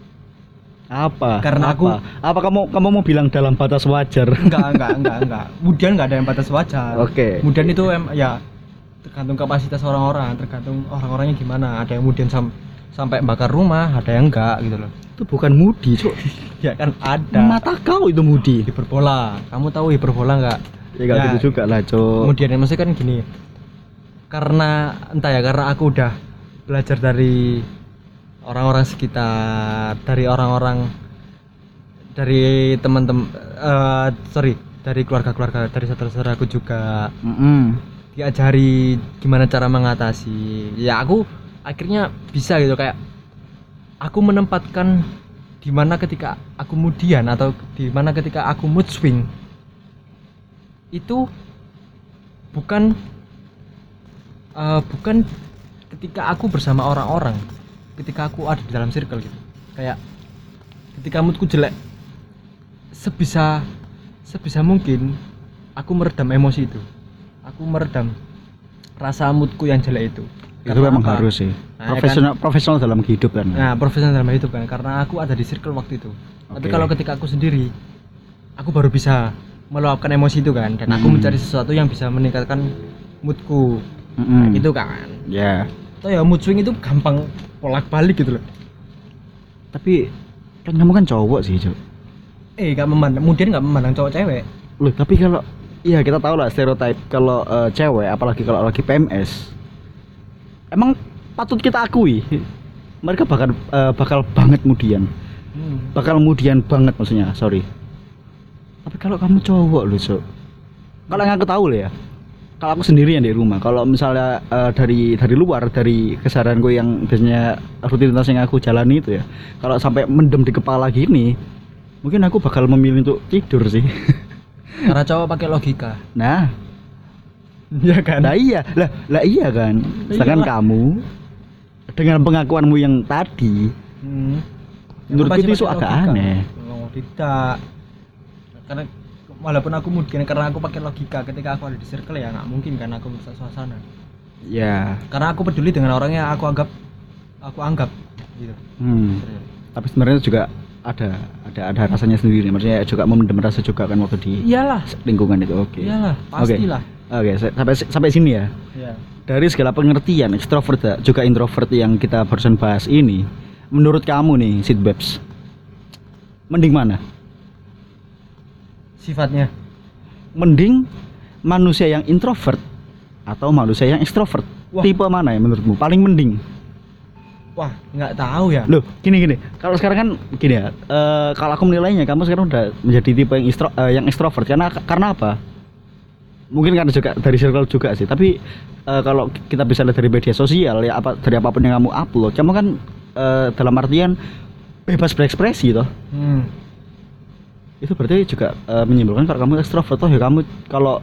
Apa? Karena apa? aku- apa kamu kamu mau bilang dalam batas wajar? enggak enggak enggak enggak. Kemudian nggak ada yang batas wajar. Oke. Kemudian itu em, ya tergantung kapasitas orang-orang, tergantung orang-orangnya gimana. Ada yang kemudian sam- sampai bakar rumah, ada yang enggak gitu loh. Itu bukan moody, Cok. Ya kan ada. Mata kau itu moody. Hiperbola. Kamu tahu hiperbola enggak? Ya enggak gitu juga lah, Cok. Kemudian maksudnya kan gini. Karena entah ya, karena aku udah belajar dari orang-orang sekitar, dari orang-orang, dari teman-teman, eh, sorry, dari keluarga-keluarga, dari saudara-saudaraku juga Mm-mm. diajari gimana cara mengatasi. Ya aku akhirnya bisa gitu, kayak aku menempatkan di mana ketika aku kemudian atau di mana ketika aku mood swing itu bukan eh, bukan ketika aku bersama orang-orang, ketika aku ada di dalam circle gitu. Kayak ketika moodku jelek, sebisa sebisa mungkin aku meredam emosi itu. Aku meredam rasa moodku yang jelek itu. Itu Karena memang apa? harus sih. Nah, ya Profesional profesional dalam kehidup kan. Nah, profesional dalam hidup kan, karena aku ada di circle waktu itu. Tapi Oke. kalau ketika aku sendiri, aku baru bisa meluapkan emosi itu kan, dan aku Hmm. mencari sesuatu yang bisa meningkatkan moodku. Mm-mm. Kayak gitu kan. Ya. Atau ya mood swing itu gampang bolak-balik gitu loh. Tapi kan kamu kan cowok sih, Cok. Eh, gak memandang, kemudian gak memandang cowok cewek. Loh, tapi kalau iya kita tahu lah stereotip kalau eh, cewek apalagi kalau lagi P M S. Emang patut kita akui mereka bakal eh, bakal banget kemudian. Hmm. Bakal kemudian banget maksudnya, sorry. Tapi kalau kamu cowok loh, Cok. Kalau yang aku tahu loh ya. Kalau aku sendirian di rumah, kalau misalnya eh, dari dari luar, dari keseharianku yang biasanya rutinitas yang aku jalani itu ya, kalau sampai mendem di kepala gini, mungkin aku bakal memilih untuk tidur sih. Karena cowok pakai logika. Nah, Iya kan? lah iya, lah lah iya kan. Sedangkan Iyalah. kamu dengan pengakuanmu yang tadi, Hmm. menurutku Pasti itu pakai agak logika. aneh. Oh, tidak. Karena walaupun aku mungkin karena aku pakai logika, ketika aku ada di circle ya nggak mungkin kan aku bisa suasana. Ya, Karena aku peduli dengan orang yang aku anggap aku anggap gitu. hmm. Tapi sebenarnya juga ada ada ada rasanya sendiri. Maksudnya juga memendam rasa juga kan waktu di Iyalah, lingkungan itu. Oke. iyalah, pastilah. Oke, sa- sampai sampai sini ya. Iya. Dari segala pengertian extrovert da- juga introvert yang kita barusan bahas ini, menurut kamu nih, Sid Babs, mending mana? Sifatnya. Mending manusia yang introvert atau manusia yang extrovert? Wah. Tipe mana ya menurutmu paling mending? Wah, nggak tahu ya. Loh, gini gini. Kalau sekarang kan gini ya. eh, kalau aku menilainya, kamu sekarang udah menjadi tipe yang istro, eh, yang extrovert karena karena apa? Mungkin karena juga dari circle juga sih. Tapi eh, kalau kita bisa lihat dari media sosial ya, apa dari apapun yang kamu upload, kamu kan eh, dalam artian bebas berekspresi toh. Hmm. Itu berarti juga eh, menyimpulkan kalau kamu extrovert toh ya, kamu kalau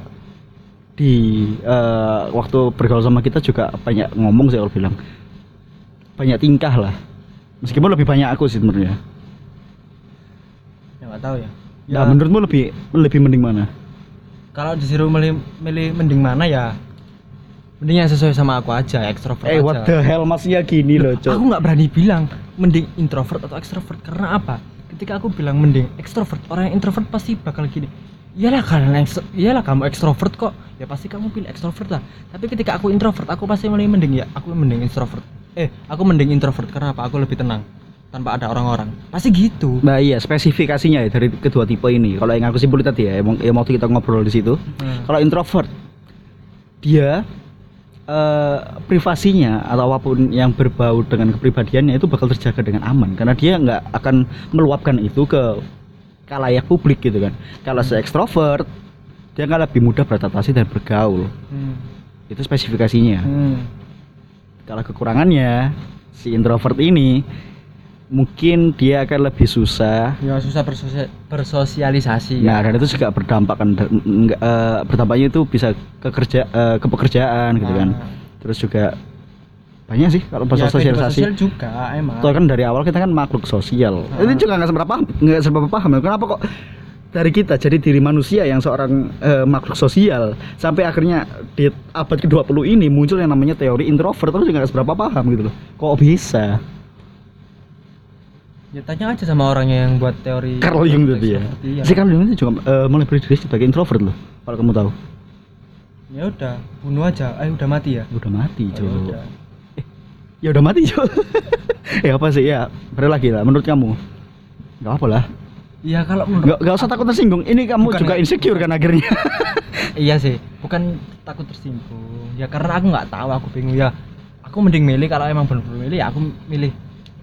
di eh, waktu bergaul sama kita juga banyak ngomong sih, kalau bilang banyak tingkah lah, meskipun lebih banyak aku sih sebenarnya. Ya nggak tahu ya. Nah, menurutmu lebih lebih mending mana? Kalau disuruh milih, milih mending mana ya? Mending yang sesuai sama aku aja, ekstrovert Eh, aja. what the hell, masnya gini loh, Cok. Aku nggak berani bilang mending introvert atau ekstrovert karena apa? ketika aku bilang mending ekstrovert, orang yang introvert pasti bakal gini, iyalah kalian ekstro- iyalah kamu ekstrovert kok, ya pasti kamu pilih ekstrovert lah. Tapi ketika aku introvert, aku pasti milih mending ya aku mending introvert eh aku mending introvert karena apa, aku lebih tenang tanpa ada orang-orang, pasti gitu. Nah iya, spesifikasinya ya dari kedua tipe ini. Kalau yang aku simpulin tadi ya, emang yang waktu kita ngobrol di situ. Hmm. Kalau introvert, dia eh, privasinya atau apapun yang berbau dengan kepribadiannya itu bakal terjaga dengan aman, karena dia nggak akan meluapkan itu ke kalayak publik gitu kan. Kalau Hmm. se ekstrovert, dia akan lebih mudah beradaptasi dan bergaul. Hmm. Itu spesifikasinya. Hmm. Kalau kekurangannya, si introvert ini mungkin dia akan lebih susah. Ya susah bersosia- bersosialisasi. Nah, dan itu juga berdampak kan, dan enggak, eh, berdampaknya itu bisa ke kerja, eh, ke pekerjaan gitu kan. Ah. Terus juga banyak sih kalau Ya, bahasa kehidupan sosialisasi. sosial juga emang. Toh kan dari awal kita kan makhluk sosial. Ah. Ini juga nggak seberapa paham, nggak seberapa paham. Kenapa kok dari kita jadi diri manusia yang seorang eh, makhluk sosial sampai akhirnya di abad ke dua puluh ini muncul yang namanya teori introvert, terus juga nggak seberapa paham gitu loh. Kok bisa? Ya tanya aja sama orangnya yang buat teori Carl Jung itu ya. Iya. Si Carl Jung itu juga eh, mulai berdiri sebagai introvert loh. Kalau kamu tahu. Ya udah, bunuh aja. Eh udah mati ya? Udah mati, Oh, ya Jo. udah. Ya udah mati, Jo. Ya apa sih ya? Bener lagi lah menurut kamu. Enggak apa lah. Iya kalau menurut Enggak enggak usah takut tersinggung. Ini kamu Bukan juga ya. insecure kan akhirnya. Iya sih, bukan takut tersinggung. Ya karena aku nggak tahu, aku bingung ya. Aku mending milih kalau emang bener-bener milih ya aku milih.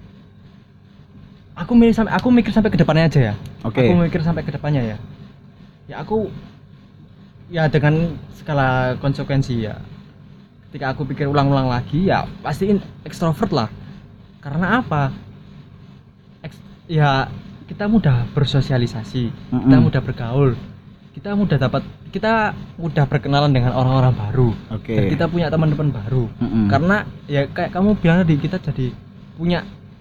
Aku milih sampai aku mikir sampai ke depannya aja ya. Oke. Aku mikir sampai ke depannya ya. Ya aku ya dengan skala konsekuensi ya. Ketika aku pikir ulang-ulang lagi ya pasti ekstrovert lah. Karena apa? Eks- ya kita mudah bersosialisasi, Mm-mm. kita mudah bergaul, kita mudah dapat, kita mudah berkenalan dengan orang-orang baru, Oke. dan kita punya teman-teman baru. Mm-mm. Karena ya kayak kamu bilang tadi, kita jadi punya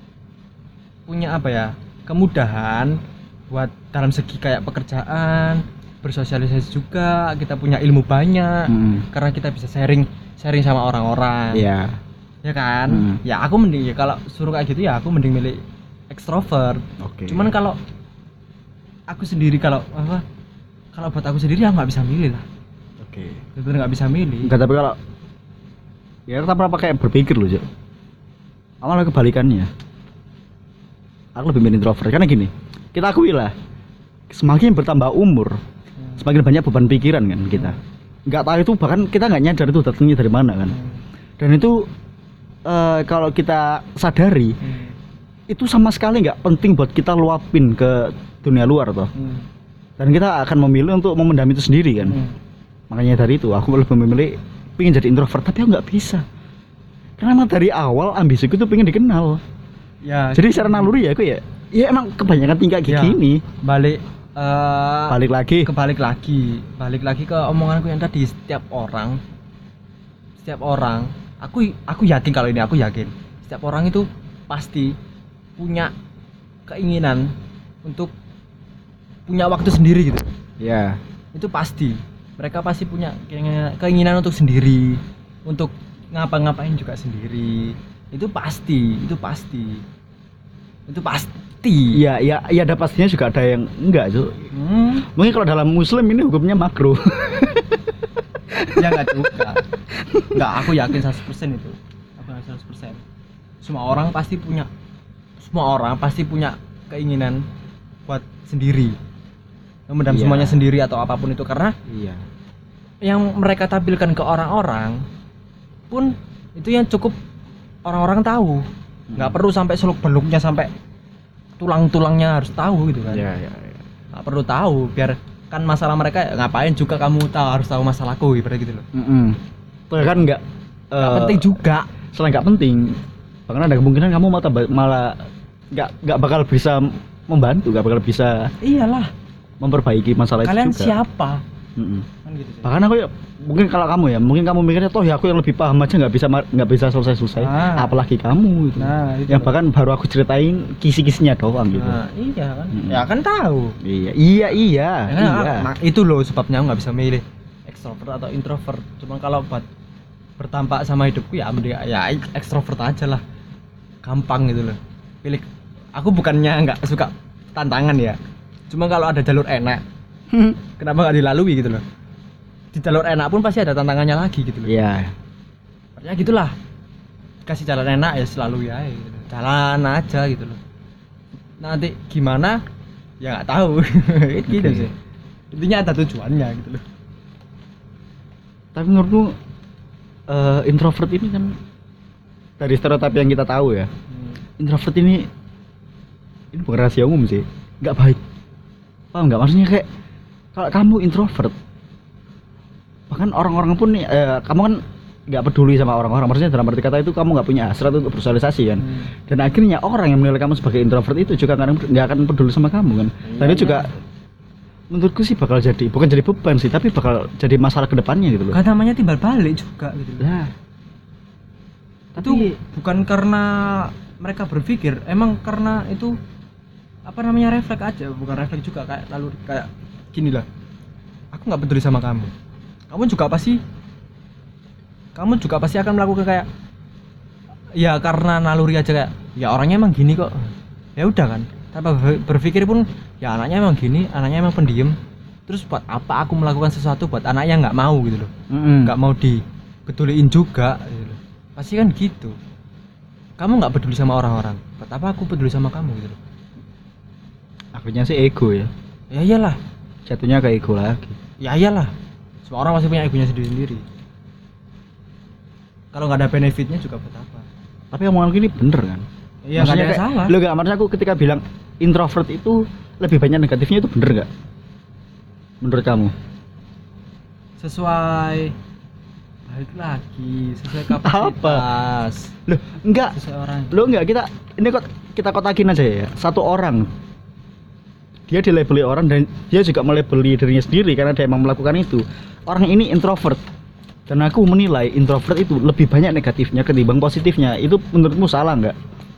punya apa ya, kemudahan buat dalam segi kayak pekerjaan, bersosialisasi juga, kita punya ilmu banyak, Mm-mm. karena kita bisa sharing sharing sama orang-orang. Iya. Ya kan? Mm. Ya aku mending ya kalau suruh kayak gitu ya aku mending milih ekstrovert. Oke. Cuman kalau aku sendiri kalau apa? Kalau buat aku sendiri aku nggak bisa milih lah. Oke. Bener nggak bisa milih. Enggak, tapi kalau ya kita pernah pakai berpikir loh, Jo. Awalnya kebalikannya. Aku lebih milih introvert karena gini. Kita akui lah. Semakin bertambah umur, Hmm. semakin banyak beban pikiran kan kita. Nggak tahu itu, bahkan kita nggak nyadar itu datangnya dari mana kan. Hmm. Dan itu eh, kalau kita sadari Hmm. itu sama sekali nggak penting buat kita luapin ke dunia luar toh. Hmm. Dan kita akan memilih untuk memendam itu sendiri kan. Hmm. Makanya dari itu aku lebih memilih pengen jadi introvert, tapi aku nggak bisa. Karena emang dari awal ambisiku tuh pengen dikenal. Ya. Jadi secara naluri ya aku ya, ya emang kebanyakan tingkah kayak Ya. gini. balik eh, Balik lagi. kebalik lagi, balik lagi ke omonganku yang tadi, setiap orang, setiap orang, aku aku yakin kalau ini aku yakin, setiap orang itu pasti punya keinginan untuk punya waktu sendiri gitu. Ya. Itu pasti. Mereka pasti punya keinginan, keinginan untuk sendiri, untuk ngapa-ngapain juga sendiri. Itu pasti, itu pasti. Itu pasti. Iya, ya, ya ada pastinya juga ada yang enggak, Cuk. Hmm, Mungkin kalau dalam muslim ini hukumnya makruh. ya enggak juga. Enggak, aku yakin seratus persen itu. Aku yakin seratus persen. Semua orang pasti punya semua orang pasti punya keinginan buat sendiri. Memendam Iya. semuanya sendiri atau apapun itu, karena Iya. yang mereka tampilkan ke orang-orang pun itu yang cukup orang-orang tahu. Nggak Hmm. perlu sampai seluk beluknya, sampai tulang-tulangnya harus tahu gitu kan. Iya, iya, iya. Nggak perlu tahu, biar kan masalah mereka, ngapain juga kamu tahu, harus tahu masalahku ibarat gitu loh. Mm-mm. Tuh kan enggak Nggak penting juga. Selain nggak penting, bahkan ada kemungkinan kamu malah tambah- malah nggak nggak bakal bisa membantu, nggak bakal bisa Iyalah, memperbaiki masalah kalian itu juga. siapa? Mm-mm. Kan gitu sih. Bahkan aku ya, mungkin kalau kamu ya, mungkin kamu mikirnya toh ya aku yang lebih paham aja nggak bisa ma- nggak bisa selesai-selesai. Nah. Apalagi kamu gitu. Nah, itu yang loh. bahkan baru aku ceritain kisi-kisinya doang gitu. Nah, iya kan. Mm-mm. Ya kan tahu. Iya, iya, iya. Ya kan, iya. nah, itu loh sebabnya aku nggak bisa milih ekstrovert atau introvert. Cuma kalau buat bertampak sama hidupku ya mending ya ekstrovert aja lah, gampang gitu loh. Pilih, aku bukannya nggak suka tantangan ya. Cuma kalau ada jalur enak, kenapa nggak dilalui gitu loh? Di jalur enak pun pasti ada tantangannya lagi gitu loh. Iya. Ya gitulah. Kasih jalan enak ya selalu ya, gitu. Jalan aja gitu loh. Nanti gimana? Ya nggak tahu. Gitu Oke. sih. Intinya ada tujuannya gitu loh. Tapi menurutku eh, introvert ini kan dari stereotip yang kita tahu ya, introvert ini ini bukan rahasia umum sih, nggak baik. Paham nggak? Maksudnya kayak kalau kamu introvert, bahkan orang-orang pun nih, eh, kamu kan nggak peduli sama orang-orang. Maksudnya dalam arti kata itu kamu nggak punya hasrat untuk bersosialisasi kan. Hmm. Dan akhirnya orang yang menilai kamu sebagai introvert itu juga nggak akan- nggak akan peduli sama kamu kan. Dan itu juga menurutku sih bakal jadi, bukan jadi beban sih, tapi bakal jadi masalah kedepannya gitu loh. Kan namanya timbal balik juga gitu loh. Nah, Itu bukan karena mereka berpikir, emang karena itu apa namanya refleks aja, bukan refleks juga kayak lalu kayak gini lah. Aku nggak peduli sama kamu. Kamu juga pasti kamu juga pasti akan melakukan kayak ya karena naluri aja kayak ya orangnya emang gini kok. Ya udah kan. Tanpa ber- berpikir pun ya anaknya emang gini, anaknya emang pendiam. Terus buat apa aku melakukan sesuatu buat anaknya nggak mau gitu loh. mm-mm. Nggak mau dipeduliin juga gitu loh. Pasti kan gitu. Kamu nggak peduli sama orang-orang, buat apa aku peduli sama kamu gitu loh. Akhirnya sih ego ya, Ya iyalah, jatuhnya ke ego lagi. ya iyalah. Semua orang pasti punya egonya sendiri-sendiri. Kalau nggak ada benefitnya juga buat apa? Tapi omongan gini bener kan? Iya nggak ada yang salah. Lo gak, maksudnya aku ketika bilang introvert itu lebih banyak negatifnya itu bener gak? Menurut kamu? Sesuai balik lagi, sesuai kapasitas. Loh, enggak. Sesuai orang. Lo enggak, kita ini kok kita kotakin aja ya. Satu orang dia dilabeli orang dan dia juga melabeli dirinya sendiri karena dia emang melakukan itu. Orang ini introvert. Dan aku menilai introvert itu lebih banyak negatifnya ketimbang positifnya. Itu menurutmu salah nggak?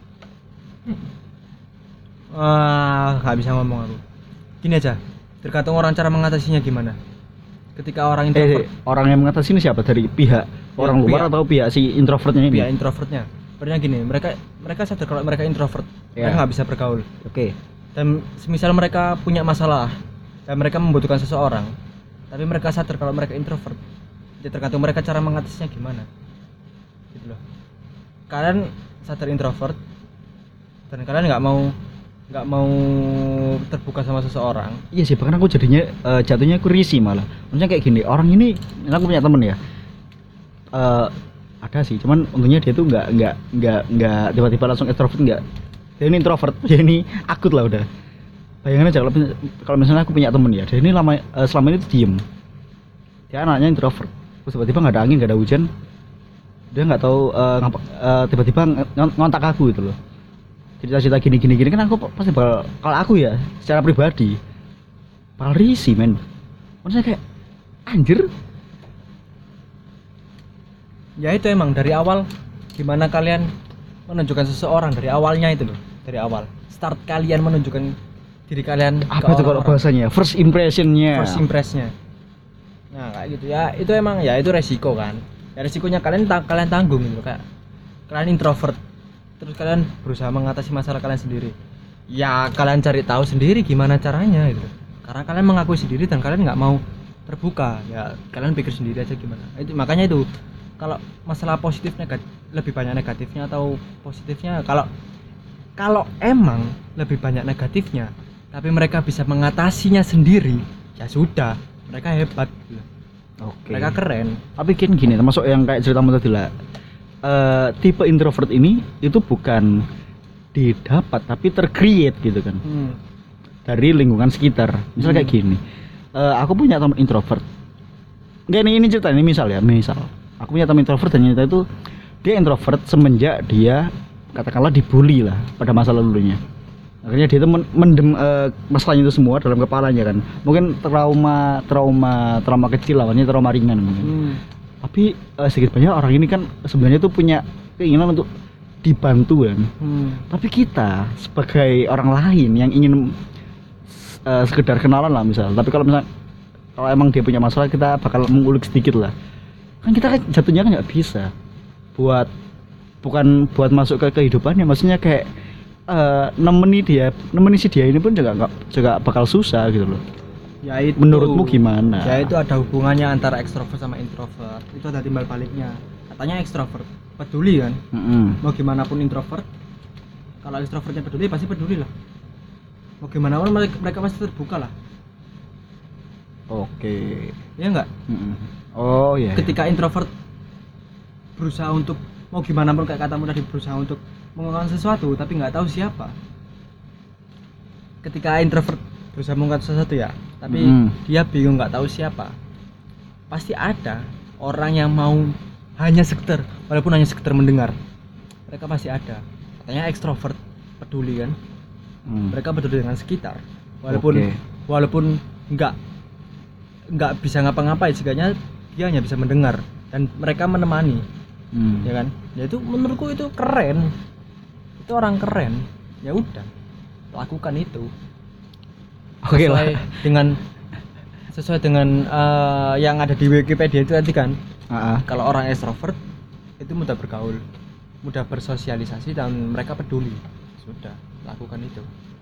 Wah, nggak bisa ngomong aku. Gini aja, tergantung orang cara mengatasinya gimana. Ketika orang introvert, Eh, orang yang mengatasi ini siapa? Dari pihak orang luar pihak- atau pihak si introvertnya ini? pihak introvertnya. Sebenarnya gini, mereka mereka sadar kalau mereka introvert, Ya. mereka nggak bisa bergaul. Oke. Dan semisal mereka punya masalah dan mereka membutuhkan seseorang, tapi mereka sadar kalau mereka introvert, ya tergantung mereka cara mengatasinya gimana. Gitu loh. Kalian sadar introvert dan kalian nggak mau nggak mau terbuka sama seseorang. Iya sih, bahkan aku jadinya eh, jatuhnya aku risih malah. Maksudnya kayak gini, orang ini, ini aku punya temen ya. Eh, ada sih, cuman untungnya dia tuh nggak nggak nggak nggak tiba-tiba langsung extrovert, nggak. Dia ini introvert, dia ini akut lah udah. Bayangin aja kalau kalau misalnya aku punya temen ya, dia ini lama eh, selama ini tuh diem. Dia anaknya introvert. Terus tiba-tiba nggak ada angin, nggak ada hujan, dia nggak tahu eh, ngapa eh, tiba-tiba ng- ngontak aku gitu loh. Cerita-cerita gini-gini gini kan aku pasti bakal, kalau aku ya secara pribadi bakal risih men. Maksudnya kayak anjir. Ya itu emang dari awal gimana kalian menunjukkan seseorang dari awalnya itu loh, dari awal start kalian menunjukkan diri kalian Apa ke itu kalau orang-orang. bahasanya? First impressionnya. First impressnya. Nah kayak gitu ya, itu emang ya itu resiko kan. Ya resikonya kalian ta- kalian tanggung gitu kayak kalian introvert, terus kalian berusaha mengatasi masalah kalian sendiri. Ya kalian cari tahu sendiri gimana caranya gitu. Karena kalian mengakui sendiri dan kalian nggak mau terbuka. Ya kalian pikir sendiri aja gimana. Itu makanya itu kalau masalah positif negatif lebih banyak negatifnya atau positifnya, kalau kalau emang lebih banyak negatifnya tapi mereka bisa mengatasinya sendiri, ya sudah, mereka hebat gitu. Oke. Mereka keren. Tapi kan gini, termasuk yang kayak ceritamu tadi lah. Eh, tipe introvert ini itu bukan didapat tapi tercreate gitu kan Hmm. dari lingkungan sekitar. Misal kayak gini, eh, aku punya teman introvert. Enggak, ini ini cerita ini misal ya, misal aku punya teman introvert dan ternyata itu dia introvert semenjak dia katakanlah dibully lah pada masa lalunya. Akhirnya dia itu men- mendem eh, masalahnya itu semua dalam kepalanya kan. Mungkin trauma trauma trauma kecil lawannya trauma ringan mungkin. Hmm. Tapi eh, sedikit banyak orang ini kan sebenarnya tuh punya keinginan untuk dibantu kan. Hmm. Tapi kita sebagai orang lain yang ingin eh, sekedar kenalan lah misal. Tapi kalau misal kalau emang dia punya masalah kita bakal mengulik sedikit lah. Kan kita kan jatuhnya kan nggak bisa buat bukan buat masuk ke kehidupannya, maksudnya kayak eh, nemeni dia, nemeni si dia ini pun juga nggak juga bakal susah gitu loh. Ya itu. Menurutmu gimana? Ya itu ada hubungannya antara ekstrovert sama introvert. Itu ada timbal baliknya. Katanya ekstrovert peduli kan. Mm-mm. Mau gimana pun introvert. Kalau ekstrovertnya peduli pasti peduli lah. Mau gimana pun mereka, mereka pasti terbuka lah. Oke. Iya enggak? Mm-mm. Oh iya. Ketika introvert berusaha untuk mau gimana pun kayak katamu tadi berusaha untuk mengungkapkan sesuatu tapi nggak tahu siapa. Ketika introvert berusaha mengungkapkan sesuatu ya, tapi Mm. dia bingung nggak tahu siapa. Pasti ada orang yang mau hanya sekedar, walaupun hanya sekedar mendengar. Mereka pasti ada. Katanya ekstrovert peduli kan. Mm. Mereka peduli dengan sekitar. Walaupun Oke. walaupun nggak nggak bisa ngapa-ngapain, setidaknya dia hanya bisa mendengar dan mereka menemani. Mm. Ya kan, ya itu menurutku itu keren, itu orang keren. Ya udah, lakukan itu Oke sesuai lah. dengan sesuai dengan eh, yang ada di Wikipedia itu tadi kan. Ah, ah. Kalau orang extrovert itu mudah bergaul, mudah bersosialisasi dan mereka peduli. Sudah, lakukan itu.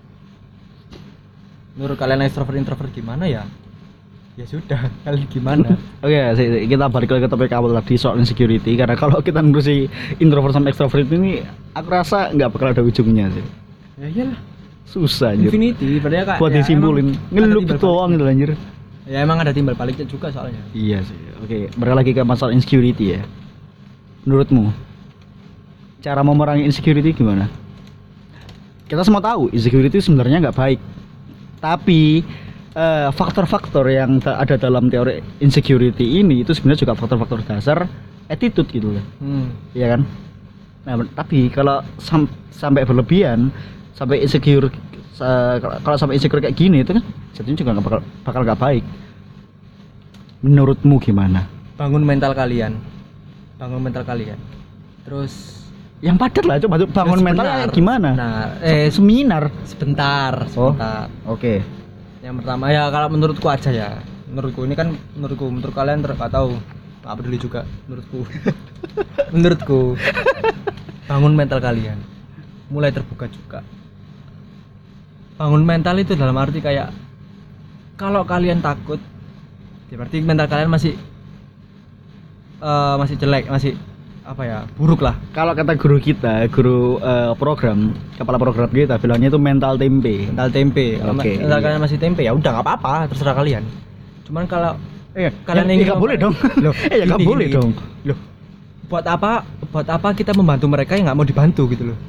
Menurut kalian extrovert introvert gimana ya? Ya sudah, kalian gimana? Oke, si- kita balik lagi ke topik awal tadi soal insecurity. Karena kalau kita ngurusi introvert sama extrovert ini, aku rasa nggak bakal ada ujungnya sih. Ya iyalah, Susah anjir. infinity. Padahal kak. Buat ya disimpulin, emang ada ngelup timbal doang baliknya. gitu anjir. Ya emang ada timbal baliknya juga soalnya. Iya sih. Oke, balik lagi ke masalah insecurity ya. Menurutmu cara memerangi insecurity gimana? Kita semua tahu insecurity sebenarnya nggak baik. Tapi eh, faktor-faktor yang ta- ada dalam teori insecurity ini itu sebenarnya juga faktor-faktor dasar attitude gitu loh. Hmm. Iya kan? Nah, ben- tapi kalau sam- sampai berlebihan, sampai insecure, sa- kalau sampai insecure kayak gini itu kan jadinya juga nggak bakal bakal nggak baik. Menurutmu gimana? Bangun mental kalian, bangun mental kalian. Terus Yang padat lah, coba bangun Terus mental benar, kayak gimana? Nah, Eh, eh seminar. sebentar, Oh. sebentar. Oke. Yang pertama ya kalau menurutku aja ya. Menurutku ini kan menurutku, menurut kalian ter- nggak tahu. Nggak peduli juga menurutku. Menurutku bangun mental kalian. Mulai terbuka juga. Bangun mental itu dalam arti kayak kalau kalian takut, ya berarti mental kalian masih eh, masih jelek, masih apa ya, buruk lah. Kalau kata guru kita, guru eh, program, kepala program kita bilangnya itu mental tempe. Mental tempe. Kalau Oke, mental iya. kalian masih tempe ya udah nggak apa-apa, terserah kalian. Cuman kalau Eh, kalian ya, ingin ya nggak boleh dong. Loh, eh, ya nggak gini, boleh gini. dong. Loh, buat apa? Buat apa kita membantu mereka yang nggak mau dibantu gitu loh?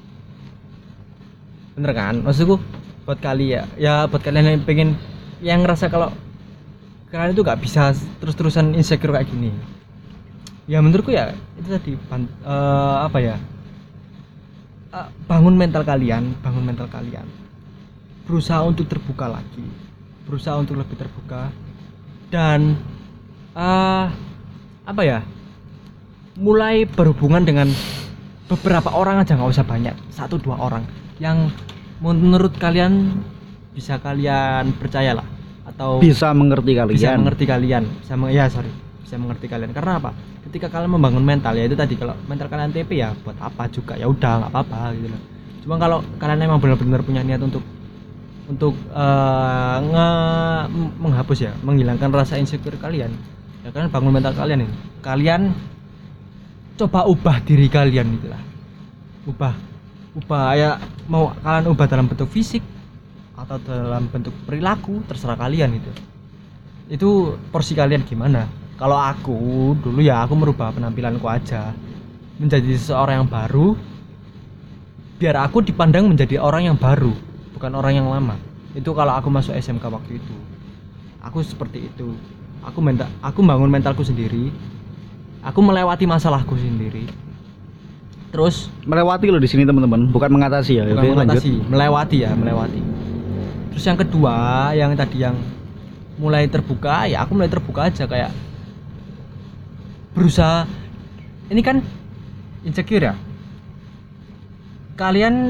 Bener kan? Maksudku buat kalian ya, ya buat kalian yang pengen, yang ngerasa kalau kalian itu nggak bisa terus-terusan insecure kayak gini. Ya menurutku ya itu tadi ban- eh, apa ya? Eh, bangun mental kalian, bangun mental kalian. Berusaha untuk terbuka lagi, berusaha untuk lebih terbuka dan eh apa ya? Mulai berhubungan dengan beberapa orang aja, nggak usah banyak, satu dua orang yang menurut kalian bisa kalian percayalah atau Bisa mengerti kalian. bisa mengerti kalian, bisa meng- ya sorry, bisa mengerti kalian. Karena apa? Ketika kalian membangun mental ya itu tadi, kalau mental kalian T P ya buat apa juga, ya udah nggak apa-apa gitu loh. Cuma kalau kalian emang benar-benar punya niat untuk untuk eh, nge- m- menghapus ya, menghilangkan rasa insecure kalian, ya kalian bangun mental kalian ini. Kalian coba ubah diri kalian itulah. Ubah, ubah ya, mau kalian ubah dalam bentuk fisik atau dalam bentuk perilaku, terserah kalian itu. Itu porsi kalian gimana. Kalau aku dulu ya aku merubah penampilanku aja menjadi seseorang yang baru, biar aku dipandang menjadi orang yang baru, bukan orang yang lama. Itu kalau aku masuk S M K waktu itu, aku seperti itu. Aku mental, aku bangun mentalku sendiri, aku melewati masalahku sendiri. Terus Melewati loh di sini teman-teman, bukan mengatasi ya. bukan Oke, lanjut. mengatasi, melewati ya, melewati. Terus yang kedua, yang tadi yang mulai terbuka, ya aku mulai terbuka aja, kayak berusaha. Ini kan insecure ya. Kalian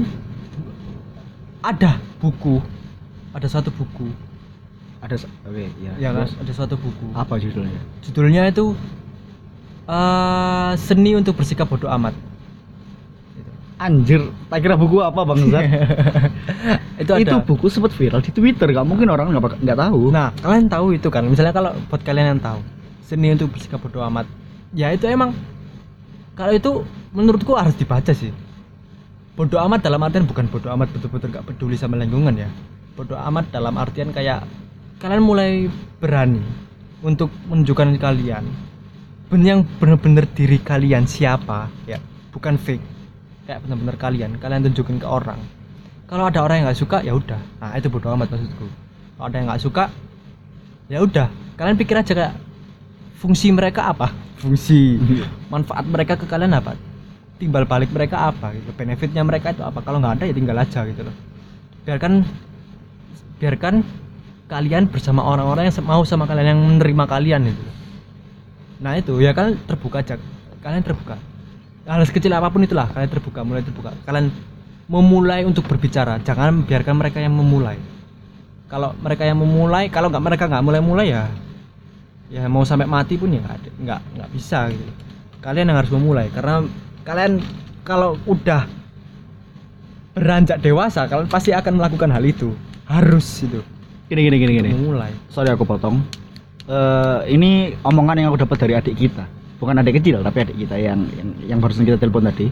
ada buku, ada satu buku, Ada s- oke, ya. ya kan? Terus, Ada suatu buku. apa judulnya? Judulnya itu eh, Seni untuk Bersikap Bodoh Amat. Gitu. Anjir, tak kira buku apa bangsat. itu ada. Itu buku sempat viral di Twitter, nggak mungkin orang nggak bak- nggak tahu. Nah, kalian tahu itu kan? Misalnya kalau buat kalian yang tahu, seni untuk bersikap bodo amat. Ya itu emang kalau itu menurutku harus dibaca sih. Bodo amat dalam artian bukan bodo amat betul-betul nggak peduli sama lingkungan ya. Bodo amat dalam artian kayak kalian mulai berani untuk menunjukkan kalian yang benar-benar diri kalian siapa ya, bukan fake. Kayak benar-benar kalian, kalian tunjukin ke orang. Kalau ada orang yang nggak suka ya udah. Nah, itu bodo amat maksudku. Kalau ada yang nggak suka ya udah, kalian pikir aja kayak fungsi mereka apa? Fungsi manfaat mereka ke kalian apa? Timbal balik mereka apa gitu. Benefitnya mereka itu apa? Kalau nggak ada ya tinggal aja gitu loh. Biarkan biarkan kalian bersama orang-orang yang mau sama kalian, yang menerima kalian gitu. Nah, itu ya kalian terbuka aja. Kalian terbuka. Hal sekecil apapun itulah kalian terbuka, mulai terbuka. Kalian memulai untuk berbicara. Jangan biarkan mereka yang memulai. Kalau mereka yang memulai, kalau nggak mereka nggak mulai-mulai ya ya mau sampai mati pun ya nggak nggak nggak bisa gitu. Kalian yang harus memulai, karena kalian kalau udah beranjak dewasa kalian pasti akan melakukan hal itu, harus itu Gini gini gini gini. memulai. Sorry aku potong. Eh ini omongan yang aku dapat dari adik kita, bukan adik kecil tapi adik kita yang yang, yang barusan kita telepon tadi.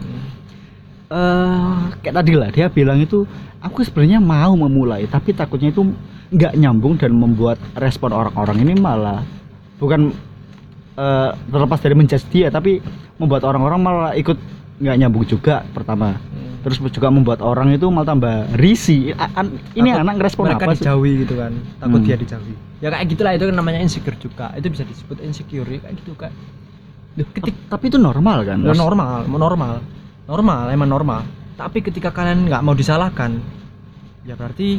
Eh kayak tadi lah dia bilang itu, aku sebenarnya mau memulai tapi takutnya itu nggak nyambung dan membuat respon orang-orang ini malah bukan uh, terlepas dari menjudge dia, tapi membuat orang-orang malah ikut nggak nyambung juga pertama. Hmm. Terus juga membuat orang itu malah tambah risih. A- an- ini Takut anak ngerespon mereka apa sih? dijauhi gitu kan, takut Hmm. dia dijauhi. Ya kayak gitulah, itu kan namanya insecure juga. Itu bisa disebut insecure kayak gitu kan. Ketik, tapi itu normal kan? Ya, Mas? normal, normal, normal, emang normal. Tapi ketika kalian nggak mau disalahkan, ya berarti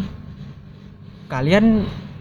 kalian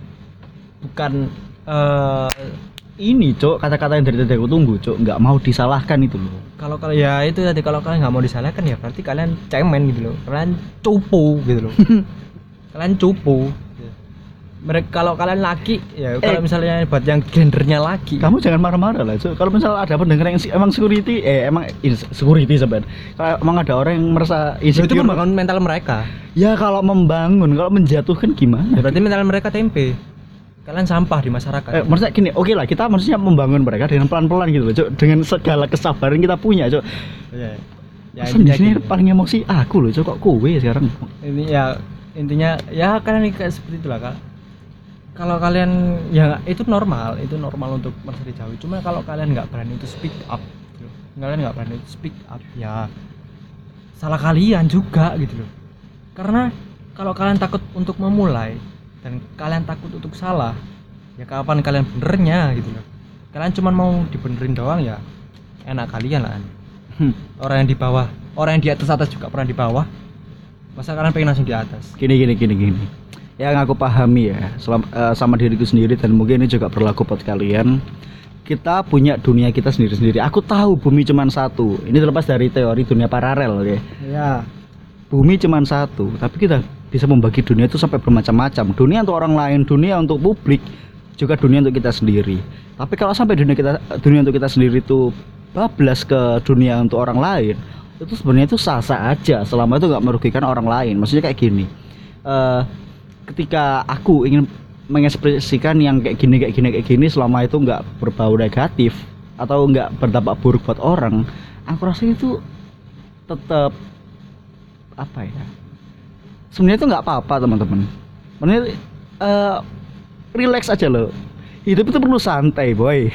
bukan uh, Ini cok, kata-kata yang dari tadi aku tunggu cok, nggak mau disalahkan itu loh. kalau kalau ya itu tadi, kalau kalian nggak mau disalahkan ya berarti kalian cemen gitu loh, kalian cupu gitu loh. Kalian cupu. Mereka kalau kalian laki ya, kalau Eh. misalnya buat yang gendernya laki, Kamu jangan marah-marah lah cok. Kalau misalnya ada pendengar yang si- emang security, eh emang ins- security sebenarnya. Kalau emang ada orang yang merasa ya, itu insecure, membangun mental mereka. ya kalau membangun, kalau menjatuhkan gimana? Ya, berarti mental mereka tempe. Kalian sampah di masyarakat. Eh, maksudnya gini, oke lah, kita maksudnya membangun mereka dengan pelan-pelan gitu loh, Cok. Dengan segala kesabaran kita punya, Cok. Ya, ya Masa di sini gitu. paling emosi aku loh, Cok. Kok kowe sekarang? Ini ya intinya ya kalian kayak seperti itulah Kak. Kalau kalian ya itu normal, itu normal untuk merasa dijauhi. Cuma kalau kalian nggak berani itu speak up, gitu. Kalian nggak berani itu speak up, ya salah kalian juga gitu loh. Karena kalau kalian takut untuk memulai dan kalian takut untuk salah, ya kapan kalian benernya gitu loh. Kalian cuma mau dibenerin doang ya enak kalian lah. Hmm. Orang yang di bawah, orang yang di atas atas juga pernah di bawah. Masa kalian pengen langsung di atas? Gini gini gini gini. Yang aku pahami ya, selama, eh, sama diriku sendiri dan mungkin ini juga berlaku buat kalian. Kita punya dunia kita sendiri-sendiri. Aku tahu bumi cuma satu. Ini terlepas dari teori dunia paralel, oke. Ya. Bumi cuma satu, tapi kita bisa membagi dunia itu sampai bermacam-macam. Dunia untuk orang lain, dunia untuk publik, juga dunia untuk kita sendiri. Tapi kalau sampai dunia kita dunia untuk kita sendiri itu bablas ke dunia untuk orang lain, itu sebenarnya itu sah-sah aja selama itu nggak merugikan orang lain. Maksudnya kayak gini, eh, ketika aku ingin mengekspresikan yang kayak gini kayak gini kayak gini selama itu nggak berbau negatif atau nggak berdampak buruk buat orang, aku rasa itu tetap apa ya, sebenarnya itu nggak apa-apa teman-teman. Sebenarnya uh, relax aja loh, hidup itu perlu santai boy.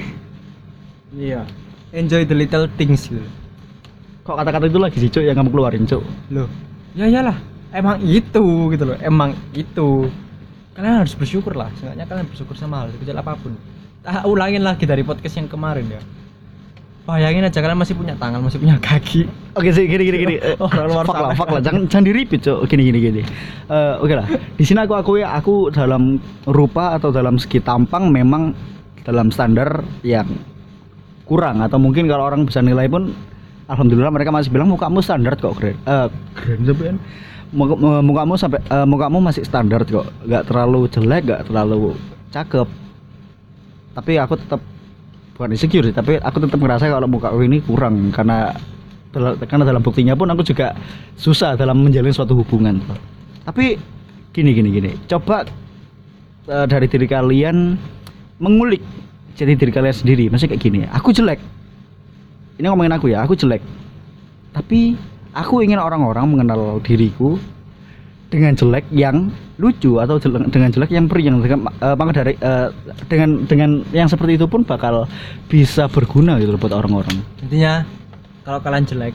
Iya. Enjoy the little things gitu. Kok kata-kata itu lagi sih cuk yang kamu keluarin cuk? Loh, ya iyalah, emang itu gitu loh, emang itu. Kalian harus bersyukur lah, seenggaknya kalian bersyukur sama hal kecil apapun. Ah, ulangin lagi dari podcast yang kemarin ya. Bayangin aja kalian masih punya tangan, masih punya kaki. Oke sih gini gini gini. Oh, luar Fuck lah, sana. fuck lah, jangan jangan di repeat cuk. Gini gini gini. Eh, Oke lah. Di sini aku aku ya aku dalam rupa atau dalam segi tampang memang dalam standar yang kurang, atau mungkin kalau orang bisa nilai pun alhamdulillah mereka masih bilang mukamu standar kok, keren. Eh, keren sampean. Muka- Mukamu sampai eh, mukamu masih standar kok. Enggak terlalu jelek, enggak terlalu cakep. Tapi aku tetap bukan insecure sih, tapi aku tetap ngerasa kalau muka aku ini kurang karena Dal- karena dalam buktinya pun aku juga susah dalam menjalin suatu hubungan. Tapi gini gini gini, coba eh, dari diri kalian mengulik jadi diri kalian sendiri. Maksudnya kayak gini, aku jelek. Ini ngomongin aku ya, aku jelek. Tapi aku ingin orang-orang mengenal diriku dengan jelek yang lucu atau jelek, dengan jelek yang periang dengan uh, maka dari uh, dengan dengan yang seperti itu pun bakal bisa berguna gitu loh buat orang-orang. Intinya kalau kalian jelek,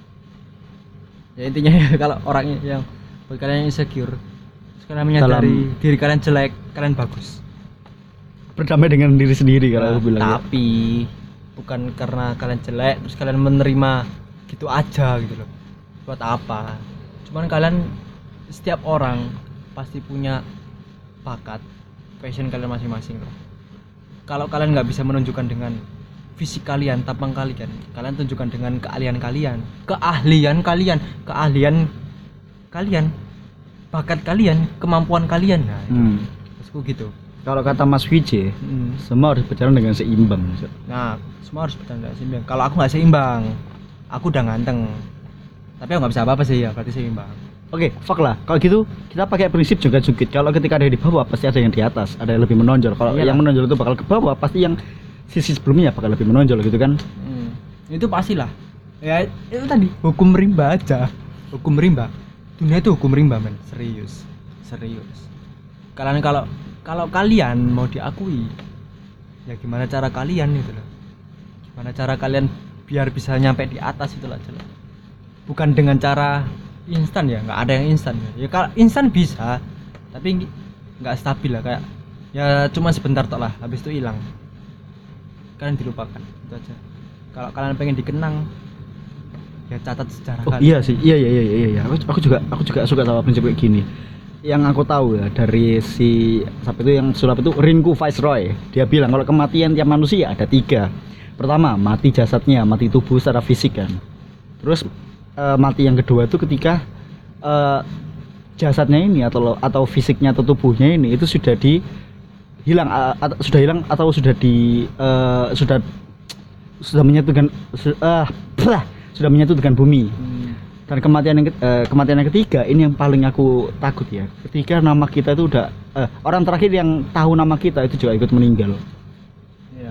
ya intinya ya kalau orangnya yang buat kalian yang insecure, kalian menyadari Dalam- diri kalian jelek, kalian bagus. Berdamai dengan diri sendiri kalau Nah, aku bilang. Ya. tapi bukan karena kalian jelek terus kalian menerima gitu aja gitu loh. Buat apa? Cuman kalian, setiap orang pasti punya bakat, passion kalian masing-masing loh. Kalau kalian nggak bisa menunjukkan dengan fisik kalian, tampang kalian, kalian tunjukkan dengan keahlian kalian, keahlian kalian, keahlian kalian, bakat kalian, kemampuan kalian. Nah, itu Hmm. maksudku gitu. Kalau kata Mas Vijay, Hmm. semua harus berjalan dengan seimbang. Nah, semua harus bertanda seimbang. Kalau aku nggak seimbang, aku udah ganteng. Tapi aku nggak bisa apa-apa sih ya, berarti seimbang. Oke, fuck lah. Kalau gitu kita pakai prinsip juga jungkit. Kalau ketika ada yang di bawah pasti ada yang di atas, ada yang lebih menonjol. Kalau Iyalah. yang menonjol itu bakal ke bawah, pasti yang sisi sebelumnya bakal lebih menonjol gitu kan. Hmm. Itu pastilah. Ya itu tadi hukum rimba aja. Hukum rimba. Dunia itu hukum rimba, men. Serius. Serius. Kalian kalau kalau kalian mau diakui, ya gimana cara kalian gitu loh. Gimana cara kalian biar bisa nyampe di atas itu lah jelas. Bukan dengan cara instan ya, nggak ada yang instan ya. Ya kalau instan bisa, tapi ngi- nggak stabil lah, kayak ya cuma sebentar tok lah, habis itu hilang. Kalian dilupakan itu aja. Kalau kalian pengen dikenang, ya catat sejarah Oh kalian. iya sih, iya iya iya iya iya. Aku, aku juga aku juga suka sama prinsip kayak gini. Yang aku tahu ya dari si siapa itu yang sulap itu Rinku Viceroy. Dia bilang kalau kematian tiap manusia ada tiga. Pertama mati jasadnya, mati tubuh secara fisik kan. Terus eh, mati yang kedua itu ketika eh, jasadnya ini atau atau fisiknya atau tubuhnya ini itu sudah di hilang eh, atau sudah hilang atau sudah di eh, sudah sudah menyatu dengan su- ah, bah, sudah menyatu dengan bumi. Hmm. Dan kematian yang ke- eh, kematian yang ketiga ini yang paling aku takut ya. Ketika nama kita itu udah eh, orang terakhir yang tahu nama kita itu juga ikut meninggal. Iya.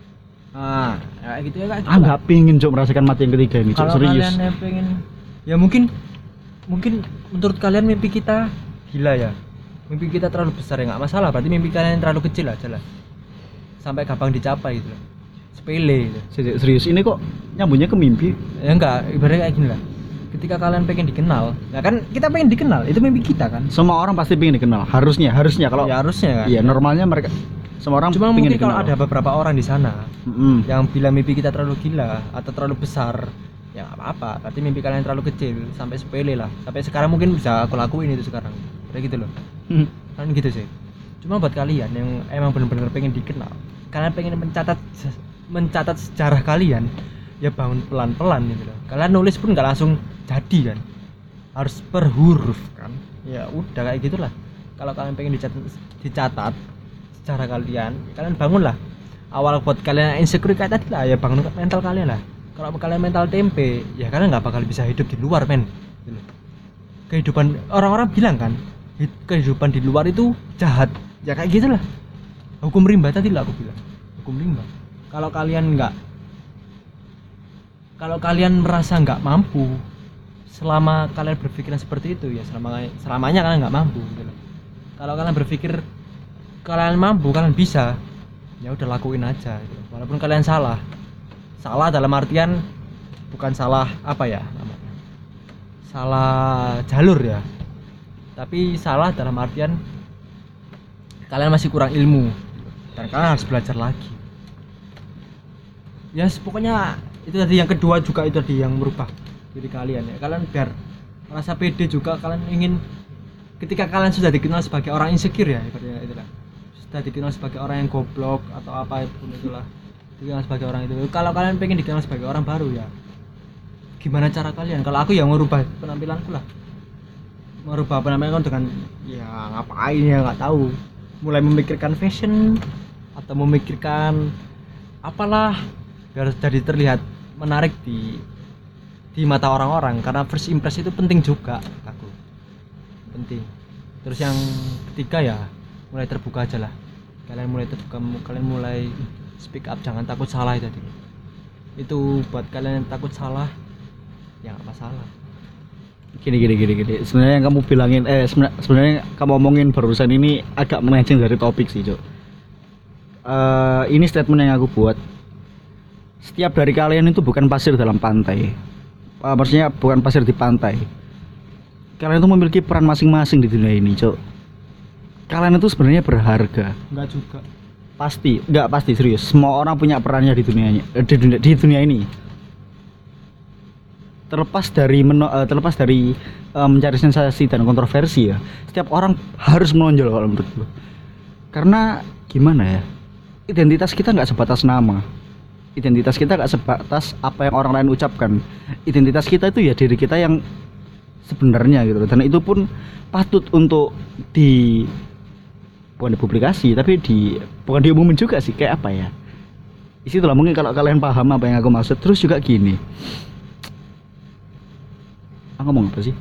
Ah, ya gitu ya kayak gitu Ah lah. nggak pingin Cok merasakan mati yang ketiga ini Cok, Kalau serius. kalian yang pengen, ya mungkin mungkin menurut kalian mimpi kita gila ya, mimpi kita terlalu besar ya nggak masalah, berarti mimpi kalian terlalu kecil aja lah, sampai gampang dicapai gitu loh. Sepele gitu. Serius, serius ini kok nyambungnya ke mimpi. Ya enggak, ibaratnya kayak gini lah, ketika kalian pengen dikenal, ya kan kita pengen dikenal, itu mimpi kita kan. Semua orang pasti pengen dikenal. Harusnya, harusnya kalau Ya harusnya kan. iya normalnya mereka semua orang Cuma pengen mungkin kalau dikenal. ada beberapa orang di sana Mm-mm. yang bilang mimpi kita terlalu gila atau terlalu besar, ya nggak apa-apa, berarti mimpi kalian terlalu kecil, sampai sepele lah, sampai sekarang mungkin bisa aku lakuin itu sekarang, kayak gitu loh. Hmm. Kan gitu sih. Cuma buat kalian yang emang benar-benar pengen dikenal, kalian pengen mencatat mencatat sejarah kalian, ya bangun pelan-pelan gitu loh. Kalian nulis pun nggak langsung jadi kan, harus per huruf kan. Ya udah kayak gitulah. Kalau kalian pengen dicatat, dicatat sejarah kalian, kalian bangunlah. Awal buat kalian yang insecure kayak tadi lah, ya bangun mental kalian lah. Kalau kalian mental tempe, ya kalian nggak bakal bisa hidup di luar men. Gitu. Kehidupan orang-orang bilang kan, hid- kehidupan di luar itu jahat, ya kayak gitulah. Hukum rimba tadi lah aku bilang, hukum rimba. Kalau kalian nggak, kalau kalian merasa nggak mampu, selama kalian berpikiran seperti itu ya selama selamanya kalian nggak mampu gitu loh. Kalau kalian berpikir kalian mampu, kalian bisa, ya udah lakuin aja gitu. Walaupun kalian salah, salah dalam artian bukan salah apa ya namanya, salah jalur ya, tapi salah dalam artian kalian masih kurang ilmu dan kalian harus belajar lagi. Ya pokoknya itu tadi yang kedua juga, itu tadi yang merubah diri kalian ya, kalian biar merasa pede juga. Kalian ingin ketika kalian sudah dikenal sebagai orang insecure ya, ibaratnya itulah, sudah dikenal sebagai orang yang goblok atau apa pun itulah, dikenal sebagai orang itu. Kalau kalian pengen dikenal sebagai orang baru ya, gimana cara kalian? Kalau aku ya merubah penampilanku lah, merubah penampilanku dengan ya ngapain ya nggak tahu, mulai memikirkan fashion atau memikirkan apalah biar jadi terlihat menarik di di mata orang-orang, karena first impression itu penting juga aku. Penting. Terus yang ketiga ya mulai terbuka aja lah. Kalian mulai terbuka, kalian mulai speak up, jangan takut salah itu tadi. Itu buat kalian yang takut salah ya nggak masalah. Gini gini gini gini. Sebenarnya yang kamu bilangin eh sebenarnya, sebenarnya kamu omongin barusan ini agak melenceng dari topik sih, Cok. Uh, ini statement yang aku buat. Setiap dari kalian itu bukan pasir dalam pantai. Uh, maksudnya bukan pasir di pantai. Kalian itu memiliki peran masing-masing di dunia ini, Cok. Kalian itu sebenarnya berharga. Enggak juga. Pasti, enggak pasti serius. Semua orang punya perannya di dunianya, eh, di dunia di dunia ini. Terlepas dari meno, uh, terlepas dari uh, mencari sensasi dan kontroversi ya, setiap orang harus menonjol kalau menurut gue. Karena gimana ya, identitas kita nggak sebatas nama, identitas kita nggak sebatas apa yang orang lain ucapkan. Identitas kita itu ya diri kita yang sebenarnya gitu, dan itu pun patut untuk di bukan dipublikasi tapi di bukan diumumin juga sih, kayak apa ya, isi itulah mungkin kalau kalian paham apa yang aku maksud. Terus juga gini, aku ngomong apa sih?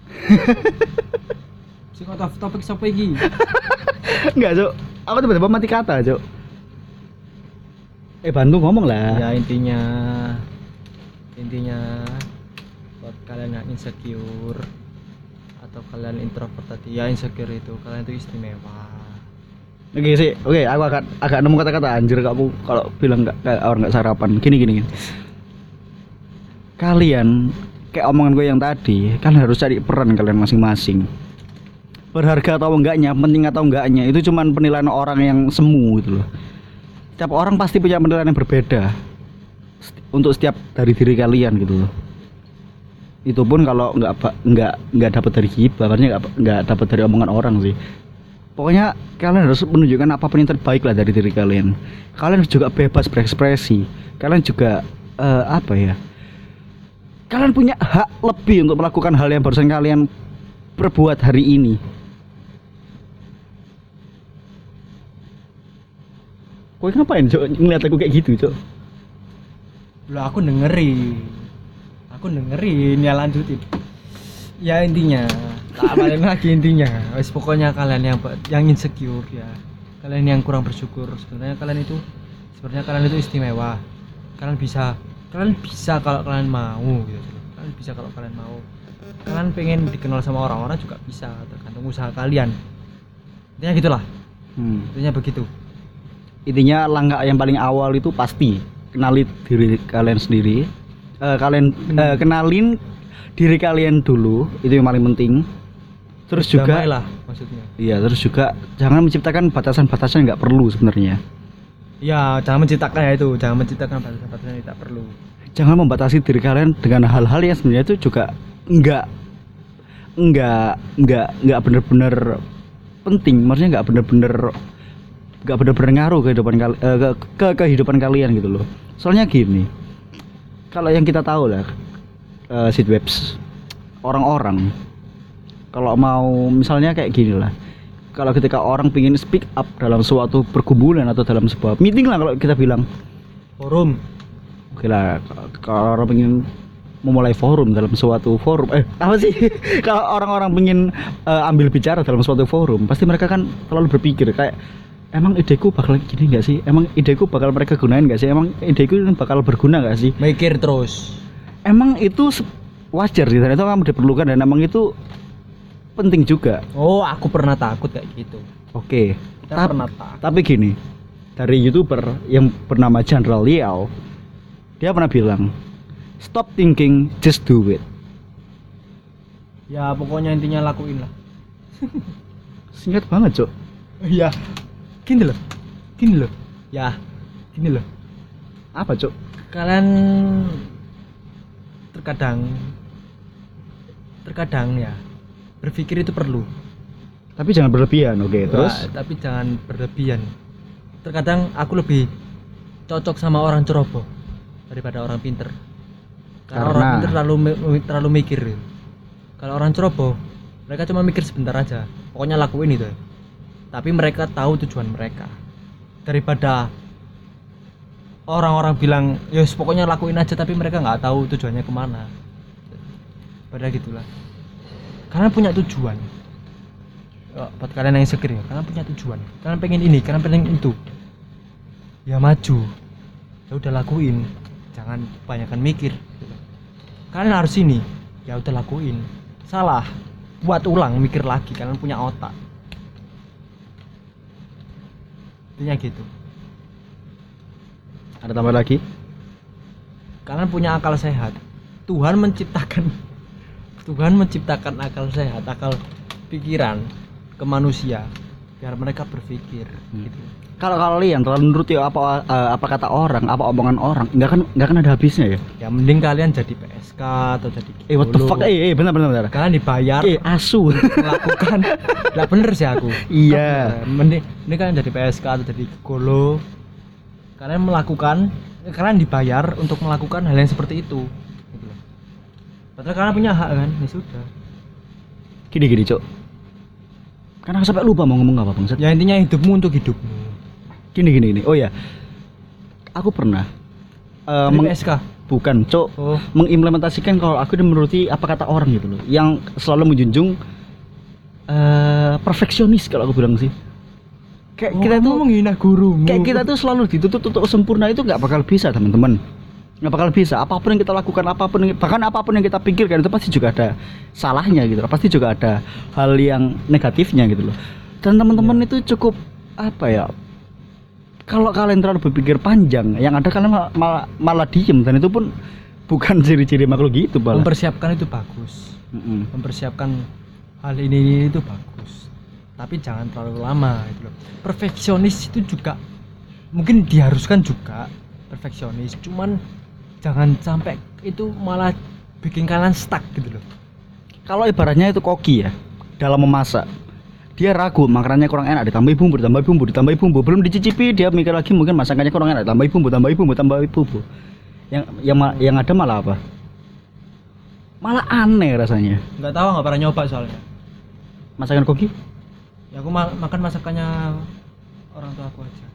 Sing kok topik siapa iki? Enggak, Cok. Aku tiba-tiba mati kata, Cok. Eh, bantu ngomong lah. Ya intinya intinya buat kalian yang insecure atau kalian introvert tadi, ya insecure itu kalian itu istimewa. Oke sih, oke, aku agak agak nemu kata-kata anjir kamu kalau bilang nggak kayak orang nggak sarapan. Gini gini gini. Kalian kayak omongan gue yang tadi, kan harus cari peran kalian masing-masing. Berharga atau enggaknya, penting atau enggaknya, itu cuman penilaian orang yang semu gitu loh. Setiap orang pasti punya penilaian yang berbeda untuk setiap dari diri kalian gitu loh. Itu pun kalau nggak nggak nggak dapat dari hibah, maksudnya nggak nggak dapat dari omongan orang sih. Pokoknya kalian harus menunjukkan apapun yang terbaik lah dari diri kalian. Kalian juga bebas berekspresi. Kalian juga uh, apa ya? Kalian punya hak lebih untuk melakukan hal yang barusan kalian perbuat hari ini. Kok ngapain, Cok? Ngeliat aku kayak gitu, Cok? Lah aku dengerin. Aku dengerin, ya lanjutin. Ya intinya, tak balik lagi intinya. Wes pokoknya kalian yang yang insecure ya. Kalian yang kurang bersyukur, sebenarnya kalian itu sebenarnya kalian itu istimewa. Kalian bisa kalian bisa kalau kalian mau gitu. Kalian bisa kalau kalian mau. Kalian pengen dikenal sama orang-orang juga bisa, tergantung usaha kalian. Intinya gitulah. Hmm. Intinya begitu. Intinya langkah yang paling awal itu pasti kenali diri kalian sendiri. Uh, kalian uh, kenalin diri kalian dulu, itu yang paling penting. Terus juga lah maksudnya. Iya, terus juga jangan menciptakan batasan-batasan yang nggak perlu sebenarnya. Ya, jangan menciptakan ya itu, jangan menciptakan batasan-batasan yang tidak perlu. Jangan membatasi diri kalian dengan hal-hal yang sebenarnya itu juga nggak nggak nggak nggak benar-benar penting, maksudnya nggak benar-benar nggak benar-benar ngaruh ke kehidupan kali, uh, ke, ke kehidupan kalian gitu loh. Soalnya gini, kalau yang kita tahu lah, uh, sitwebs orang-orang kalau mau misalnya kayak gini lah, kalau ketika orang pingin speak up dalam suatu pergumulan atau dalam sebuah meeting lah, kalau kita bilang forum, oke lah, kalau orang pingin memulai forum dalam suatu forum, eh apa sih? Kalau orang-orang pingin uh, ambil bicara dalam suatu forum, pasti mereka kan selalu berpikir kayak, emang ideku bakal gini nggak sih? Emang ideku bakal mereka gunain nggak sih? Emang ideku bakal berguna nggak sih? mikir terus. Emang itu wajar sih, dan itu memang diperlukan, dan emang itu penting juga. Oh, aku pernah takut kayak gitu. Oke. Kita Ta- pernah takut. Tapi gini, dari YouTuber yang bernama General Liao, dia pernah bilang, stop thinking, just do it. Ya pokoknya intinya lakuin lah. Singkat banget, Cok. Iya. Gini loh. Gini loh. Ya. Gini loh. Apa, Cok? Kalian terkadang terkadang ya berpikir itu perlu. Tapi jangan berlebihan, oke. Terus? Wah, tapi jangan berlebihan. Terkadang aku lebih cocok sama orang ceroboh daripada orang pinter. Karena, Karena orang pinter terlalu mi- terlalu mikir. Kalau orang ceroboh, mereka cuma mikir sebentar aja. Pokoknya lakuin itu. Tapi mereka tahu tujuan mereka. Daripada orang-orang bilang, "Yos, pokoknya lakuin aja," tapi mereka nggak tahu tujuannya kemana. pada gitulah. Kalian punya tujuan. Oh, buat kalian yang insecure ya, kalian punya tujuan. Kalian pengen ini, kalian pengen itu. Ya maju. Ya udah lakuin. Jangan kebanyakan mikir. Kalian harus ini. Ya udah lakuin. Salah. Buat ulang, mikir lagi. Kalian punya otak. Intinya gitu. Ada tambah lagi? Kalian punya akal sehat. Tuhan menciptakan Tuhan menciptakan akal sehat, akal pikiran ke manusia biar mereka berpikir Hmm. gitu. Kalau kalian terlalu nuruti apa eh, apa kata orang, apa omongan orang, nggak kan nggak kan ada habisnya ya. Ya mending kalian jadi P S K atau jadi Eh what the gigolo. fuck? Eh, eh benar benar benar. Kalian dibayar Eh asu. melakukan nggak bener sih aku. Iya. Mending, mending kalian jadi P S K atau jadi gigolo. Kalian melakukan, kalian dibayar untuk melakukan hal yang seperti itu. Gitu loh. Padahal kalian punya hak kan, ya sudah. Gini gini cok. Karena aku sampai lupa mau ngomong apa bang. Ya intinya hidupmu untuk hidupmu. Gini gini gini. Oh ya. Aku pernah eh, Jadi meng- P S K. bukan cok Oh, mengimplementasikan kalau aku udah menuruti apa kata orang gitu loh. Yang selalu menjunjung eh perfeksionis kalau aku bilang sih. Kayak kita kamu tuh menghina gurumu. kayak kita tuh selalu dituntut untuk sempurna itu nggak bakal bisa teman-teman, nggak bakal bisa. Apapun yang kita lakukan, apapun yang- bahkan apapun yang kita pikirkan itu pasti juga ada salahnya gitu loh. Pasti juga ada hal yang negatifnya gitu loh. Dan teman-teman itu cukup apa ya, kalau kalian terlalu berpikir panjang yang ada kalian malah, malah, malah diem, dan itu pun bukan ciri-ciri makhluk gitu malah. mempersiapkan itu bagus. Mm-mm. Mempersiapkan hal ini, ini itu bagus. Tapi jangan terlalu lama gitu loh. Perfeksionis itu juga mungkin diharuskan juga perfeksionis, cuman jangan sampai itu malah bikin kalian stuck gitu loh. Kalau ibaratnya itu koki ya dalam memasak, dia ragu makanannya kurang enak, ditambahi bumbu, ditambahi bumbu, ditambahi bumbu, belum dicicipi dia mikir lagi mungkin masakannya kurang enak, tambahi bumbu, tambahi bumbu, tambahi bumbu. Yang yang ma- yang ada malah apa? Malah aneh rasanya. Nggak tahu, nggak pernah nyoba soalnya. Masakan koki? Ya aku ma- makan masakannya orang tua aku aja.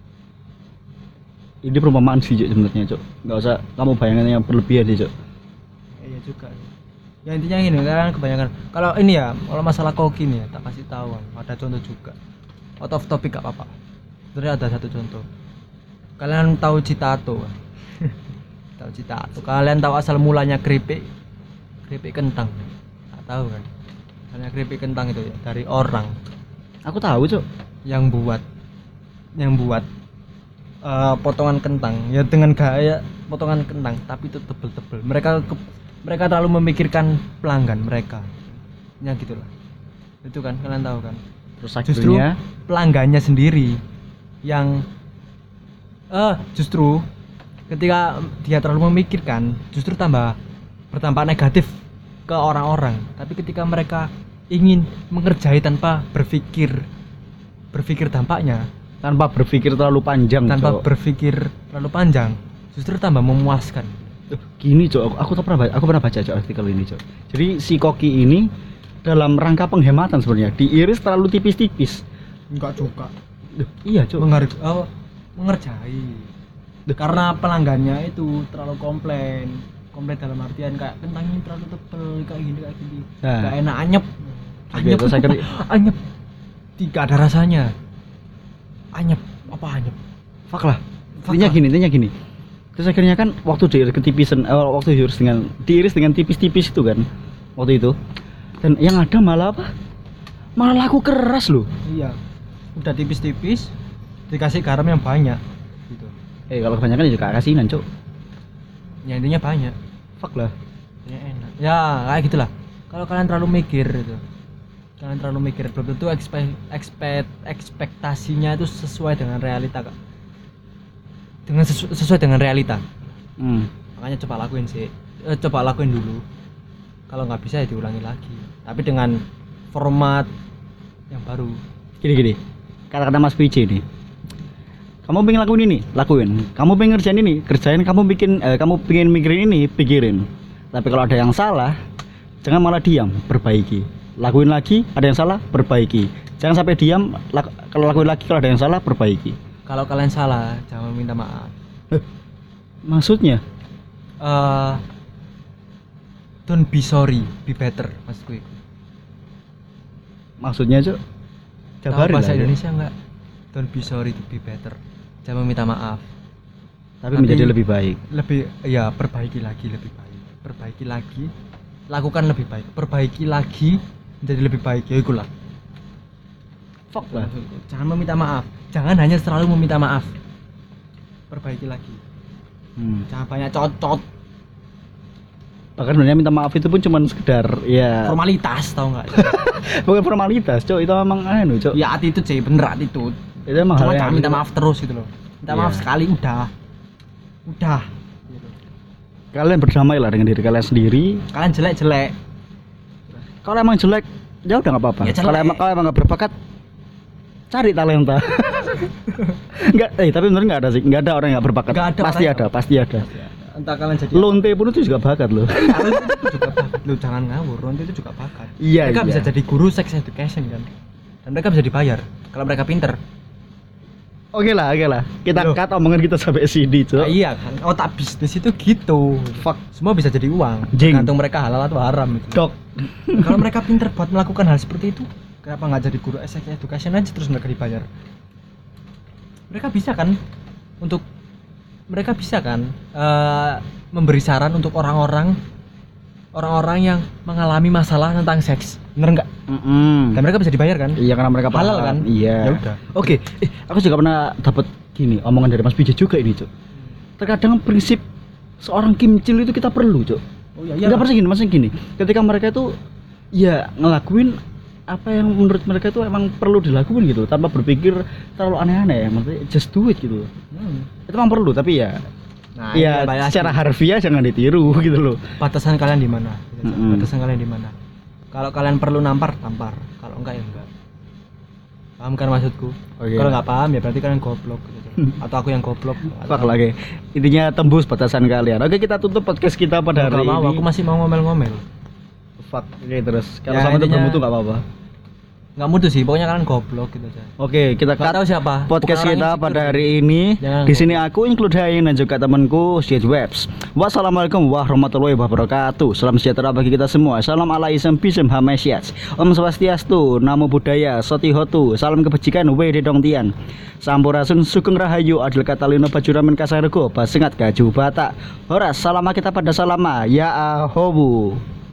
Ini perumpamaan sih Cok, sebenarnya Cok. Nggak usah kamu bayangin yang berlebihan sih Cok. Iya juga. Ya intinya gini kan, kebanyakan kalau ini ya, kalau masalah koki nih ya, tak kasih tahu, ada contoh juga. Out of topic gak apa-apa. Sebenarnya ada satu contoh. Kalian tahu citato? Tahu citato. Kalian tahu asal mulanya keripik? Keripik kentang. Tak tahu kan? Hanya keripik kentang itu ya dari orang Aku tahu Cok. yang buat yang buat eh, potongan kentang ya dengan gaya potongan kentang tapi itu tebel-tebel. Mereka ke- mereka terlalu memikirkan pelanggan mereka. Ya gitulah. Itu kan kalian tahu kan. Terus Justru akhirnya pelanggannya sendiri yang eh justru ketika dia terlalu memikirkan justru tambah berdampak negatif ke orang-orang. Tapi ketika mereka ingin mengerjai tanpa berpikir berpikir dampaknya, tanpa berpikir terlalu panjang tanpa Cok. berpikir terlalu panjang, justru tambah memuaskan. Tuh, gini Cok, aku, aku tuh pernah baca, aku pernah baca Cok artikel ini Cok. Jadi si koki ini dalam rangka penghematan sebenarnya diiris terlalu tipis-tipis. Enggak juga. Duh, iya Cok. Mengerj- oh, mengerjai. Karena pelanggannya itu terlalu komplain. Komplain dalam artian kayak kentangnya terlalu tebel, kayak gini kayak gini. Nah. Gak enak, anyep. Oke, Anyep terus itu akhirnya- apa? Anyep. Tidak ada rasanya. Anyep, apa anyep? Fuck lah. Fuck Intinya lah. gini, intinya gini. Terus akhirnya kan waktu diiris ketipisan, eh, waktu diiris dengan diiris dengan tipis-tipis itu kan, waktu itu. Dan yang ada malah apa? Malah laku keras loh. Iya. Udah tipis-tipis, dikasih garam yang banyak. Gitu. Eh kalau kebanyakan juga kasinan Cok. Ya intinya banyak. Fuck lah. Ya enak. Ya kayak gitulah. Kalau kalian terlalu mikir itu, kalian terlalu mikir belum tentu ekspek ekspek ekspektasinya itu sesuai dengan realita kak. Dengan sesu- sesuai dengan realita. Hmm. Makanya coba lakuin sih. Eh, coba lakuin dulu. Kalau nggak bisa ya diulangi lagi. Tapi dengan format yang baru. Gini-gini. Kata-kata Mas P J nih. Kamu pengen lakuin ini, lakuin. Kamu pengen ngerjain ini, kerjain. Kamu bikin, eh, kamu pengen mikirin ini, pikirin. Tapi kalau ada yang salah, jangan malah diam, perbaiki. Lakuin lagi, ada yang salah, perbaiki. Jangan sampai diam. lak- kalau lakuin lagi, kalau ada yang salah, perbaiki. Kalau kalian salah, jangan minta maaf. Eh, maksudnya? Eh Don't be sorry, be better maksudku itu. Maksudnya cuk Tahu jabarin bahasa lah, Cuk. Indonesia enggak? Don't be sorry to be better. Jangan meminta maaf. Tapi Nanti- menjadi lebih baik. Lebih ya perbaiki lagi lebih baik. Perbaiki lagi, lakukan lebih baik. Perbaiki lagi menjadi lebih baik. Ya itulah. Fuck lah. Jangan meminta maaf. Jangan hanya selalu meminta maaf. Perbaiki lagi. Hmm. Jangan banyak cocot Bahkan sebenarnya minta maaf itu pun cuman sekedar ya formalitas, tahu nggak? bukan formalitas, cok. Itu memang anu, cok. Ya attitude sih, bener attitude. Itu emang Cuma hal yang jangan minta maaf terus gitu loh. Minta Iya. maaf sekali udah. Udah. Gitu. Kalian berdamai lah dengan diri kalian sendiri. Kalian jelek-jelek. Kalau emang jelek, ya udah nggak apa-apa. Ya, jelek. Kalau emang kalau emang nggak berbakat, cari talenta. Enggak, eh tapi bener nggak ada sih, nggak ada orang yang nggak berbakat. Nggak ada pasti orang ada, yang- pasti ada. Entah kalian jadi Lonte pun itu juga bakat loh. Iya, Ronte itu juga bakat. Lu jangan ngawur, Ronte itu juga bakat. Iya, Mereka iya. bisa jadi guru sex education kan. Dan mereka bisa dibayar kalau mereka pinter. Oke lah, oke lah. Kita Loh. cut omongan kita sampai sini, Nah, cok. iya kan, otak bisnis itu gitu. Fuck, Semua bisa jadi uang, Jing. tergantung mereka halal atau haram itu. dok. Kalau mereka pinter buat melakukan hal seperti itu, kenapa nggak jadi guru sex education aja terus mereka dibayar? Mereka bisa kan untuk mereka bisa kan eh, memberi saran untuk orang-orang orang-orang yang mengalami masalah tentang seks, bener nggak? Mm-mm. Dan mereka bisa dibayar kan? Iya karena mereka Halal paham. kan? Iya. Ya udah. Oke, eh, aku juga pernah dapat gini omongan dari Mas Bija juga ini, cok. Terkadang prinsip seorang kimcil itu kita perlu, cok. Oh iya Enggak pernah gini, maksudnya gini. Ketika mereka itu ya ngelakuin apa yang menurut mereka itu emang perlu dilakuin gitu, tanpa berpikir terlalu aneh-aneh ya, maksudnya just do it gitu. Hmm. Itu emang perlu, tapi ya Nah, ya iya, balik lagi. secara harfiah jangan ditiru gitu loh. Batasan kalian di mana? Gitu. Mm-mm. Batasan kalian di mana? Kalau kalian perlu nampar, tampar. Kalau enggak ya enggak. Paham kan maksudku? Oke. Kalau nggak paham ya berarti kalian goblok gitu. Atau aku yang goblok. Fuck lagi. Intinya tembus batasan kalian. Oke, kita tutup podcast kita pada hari Nggak mau, ini. aku masih mau ngomel-ngomel. Fuck. Oke, terus kalau Ya, sama itu intinya- bermutu nggak apa-apa. Nggak mudah sih, pokoknya kalian goblok gitu aja. Oke, kita Nggak cut tahu siapa. podcast Bukan orang kita insecure pada sih. hari ini. Jangan Di sini aku include Hain dan juga temanku Syed Webs. Wassalamualaikum warahmatullahi wabarakatuh. Salam sejahtera bagi kita semua. Salam ala isem bisem hamesyats. Om swastiastu, namo buddhaya, sotihotu. Salam kebajikan, wede dong tian. Sampurasun sugeng rahayu adil katalino bajuramen kasarego basengat gaju bata. Horas salama kita pada salama ya ahobu.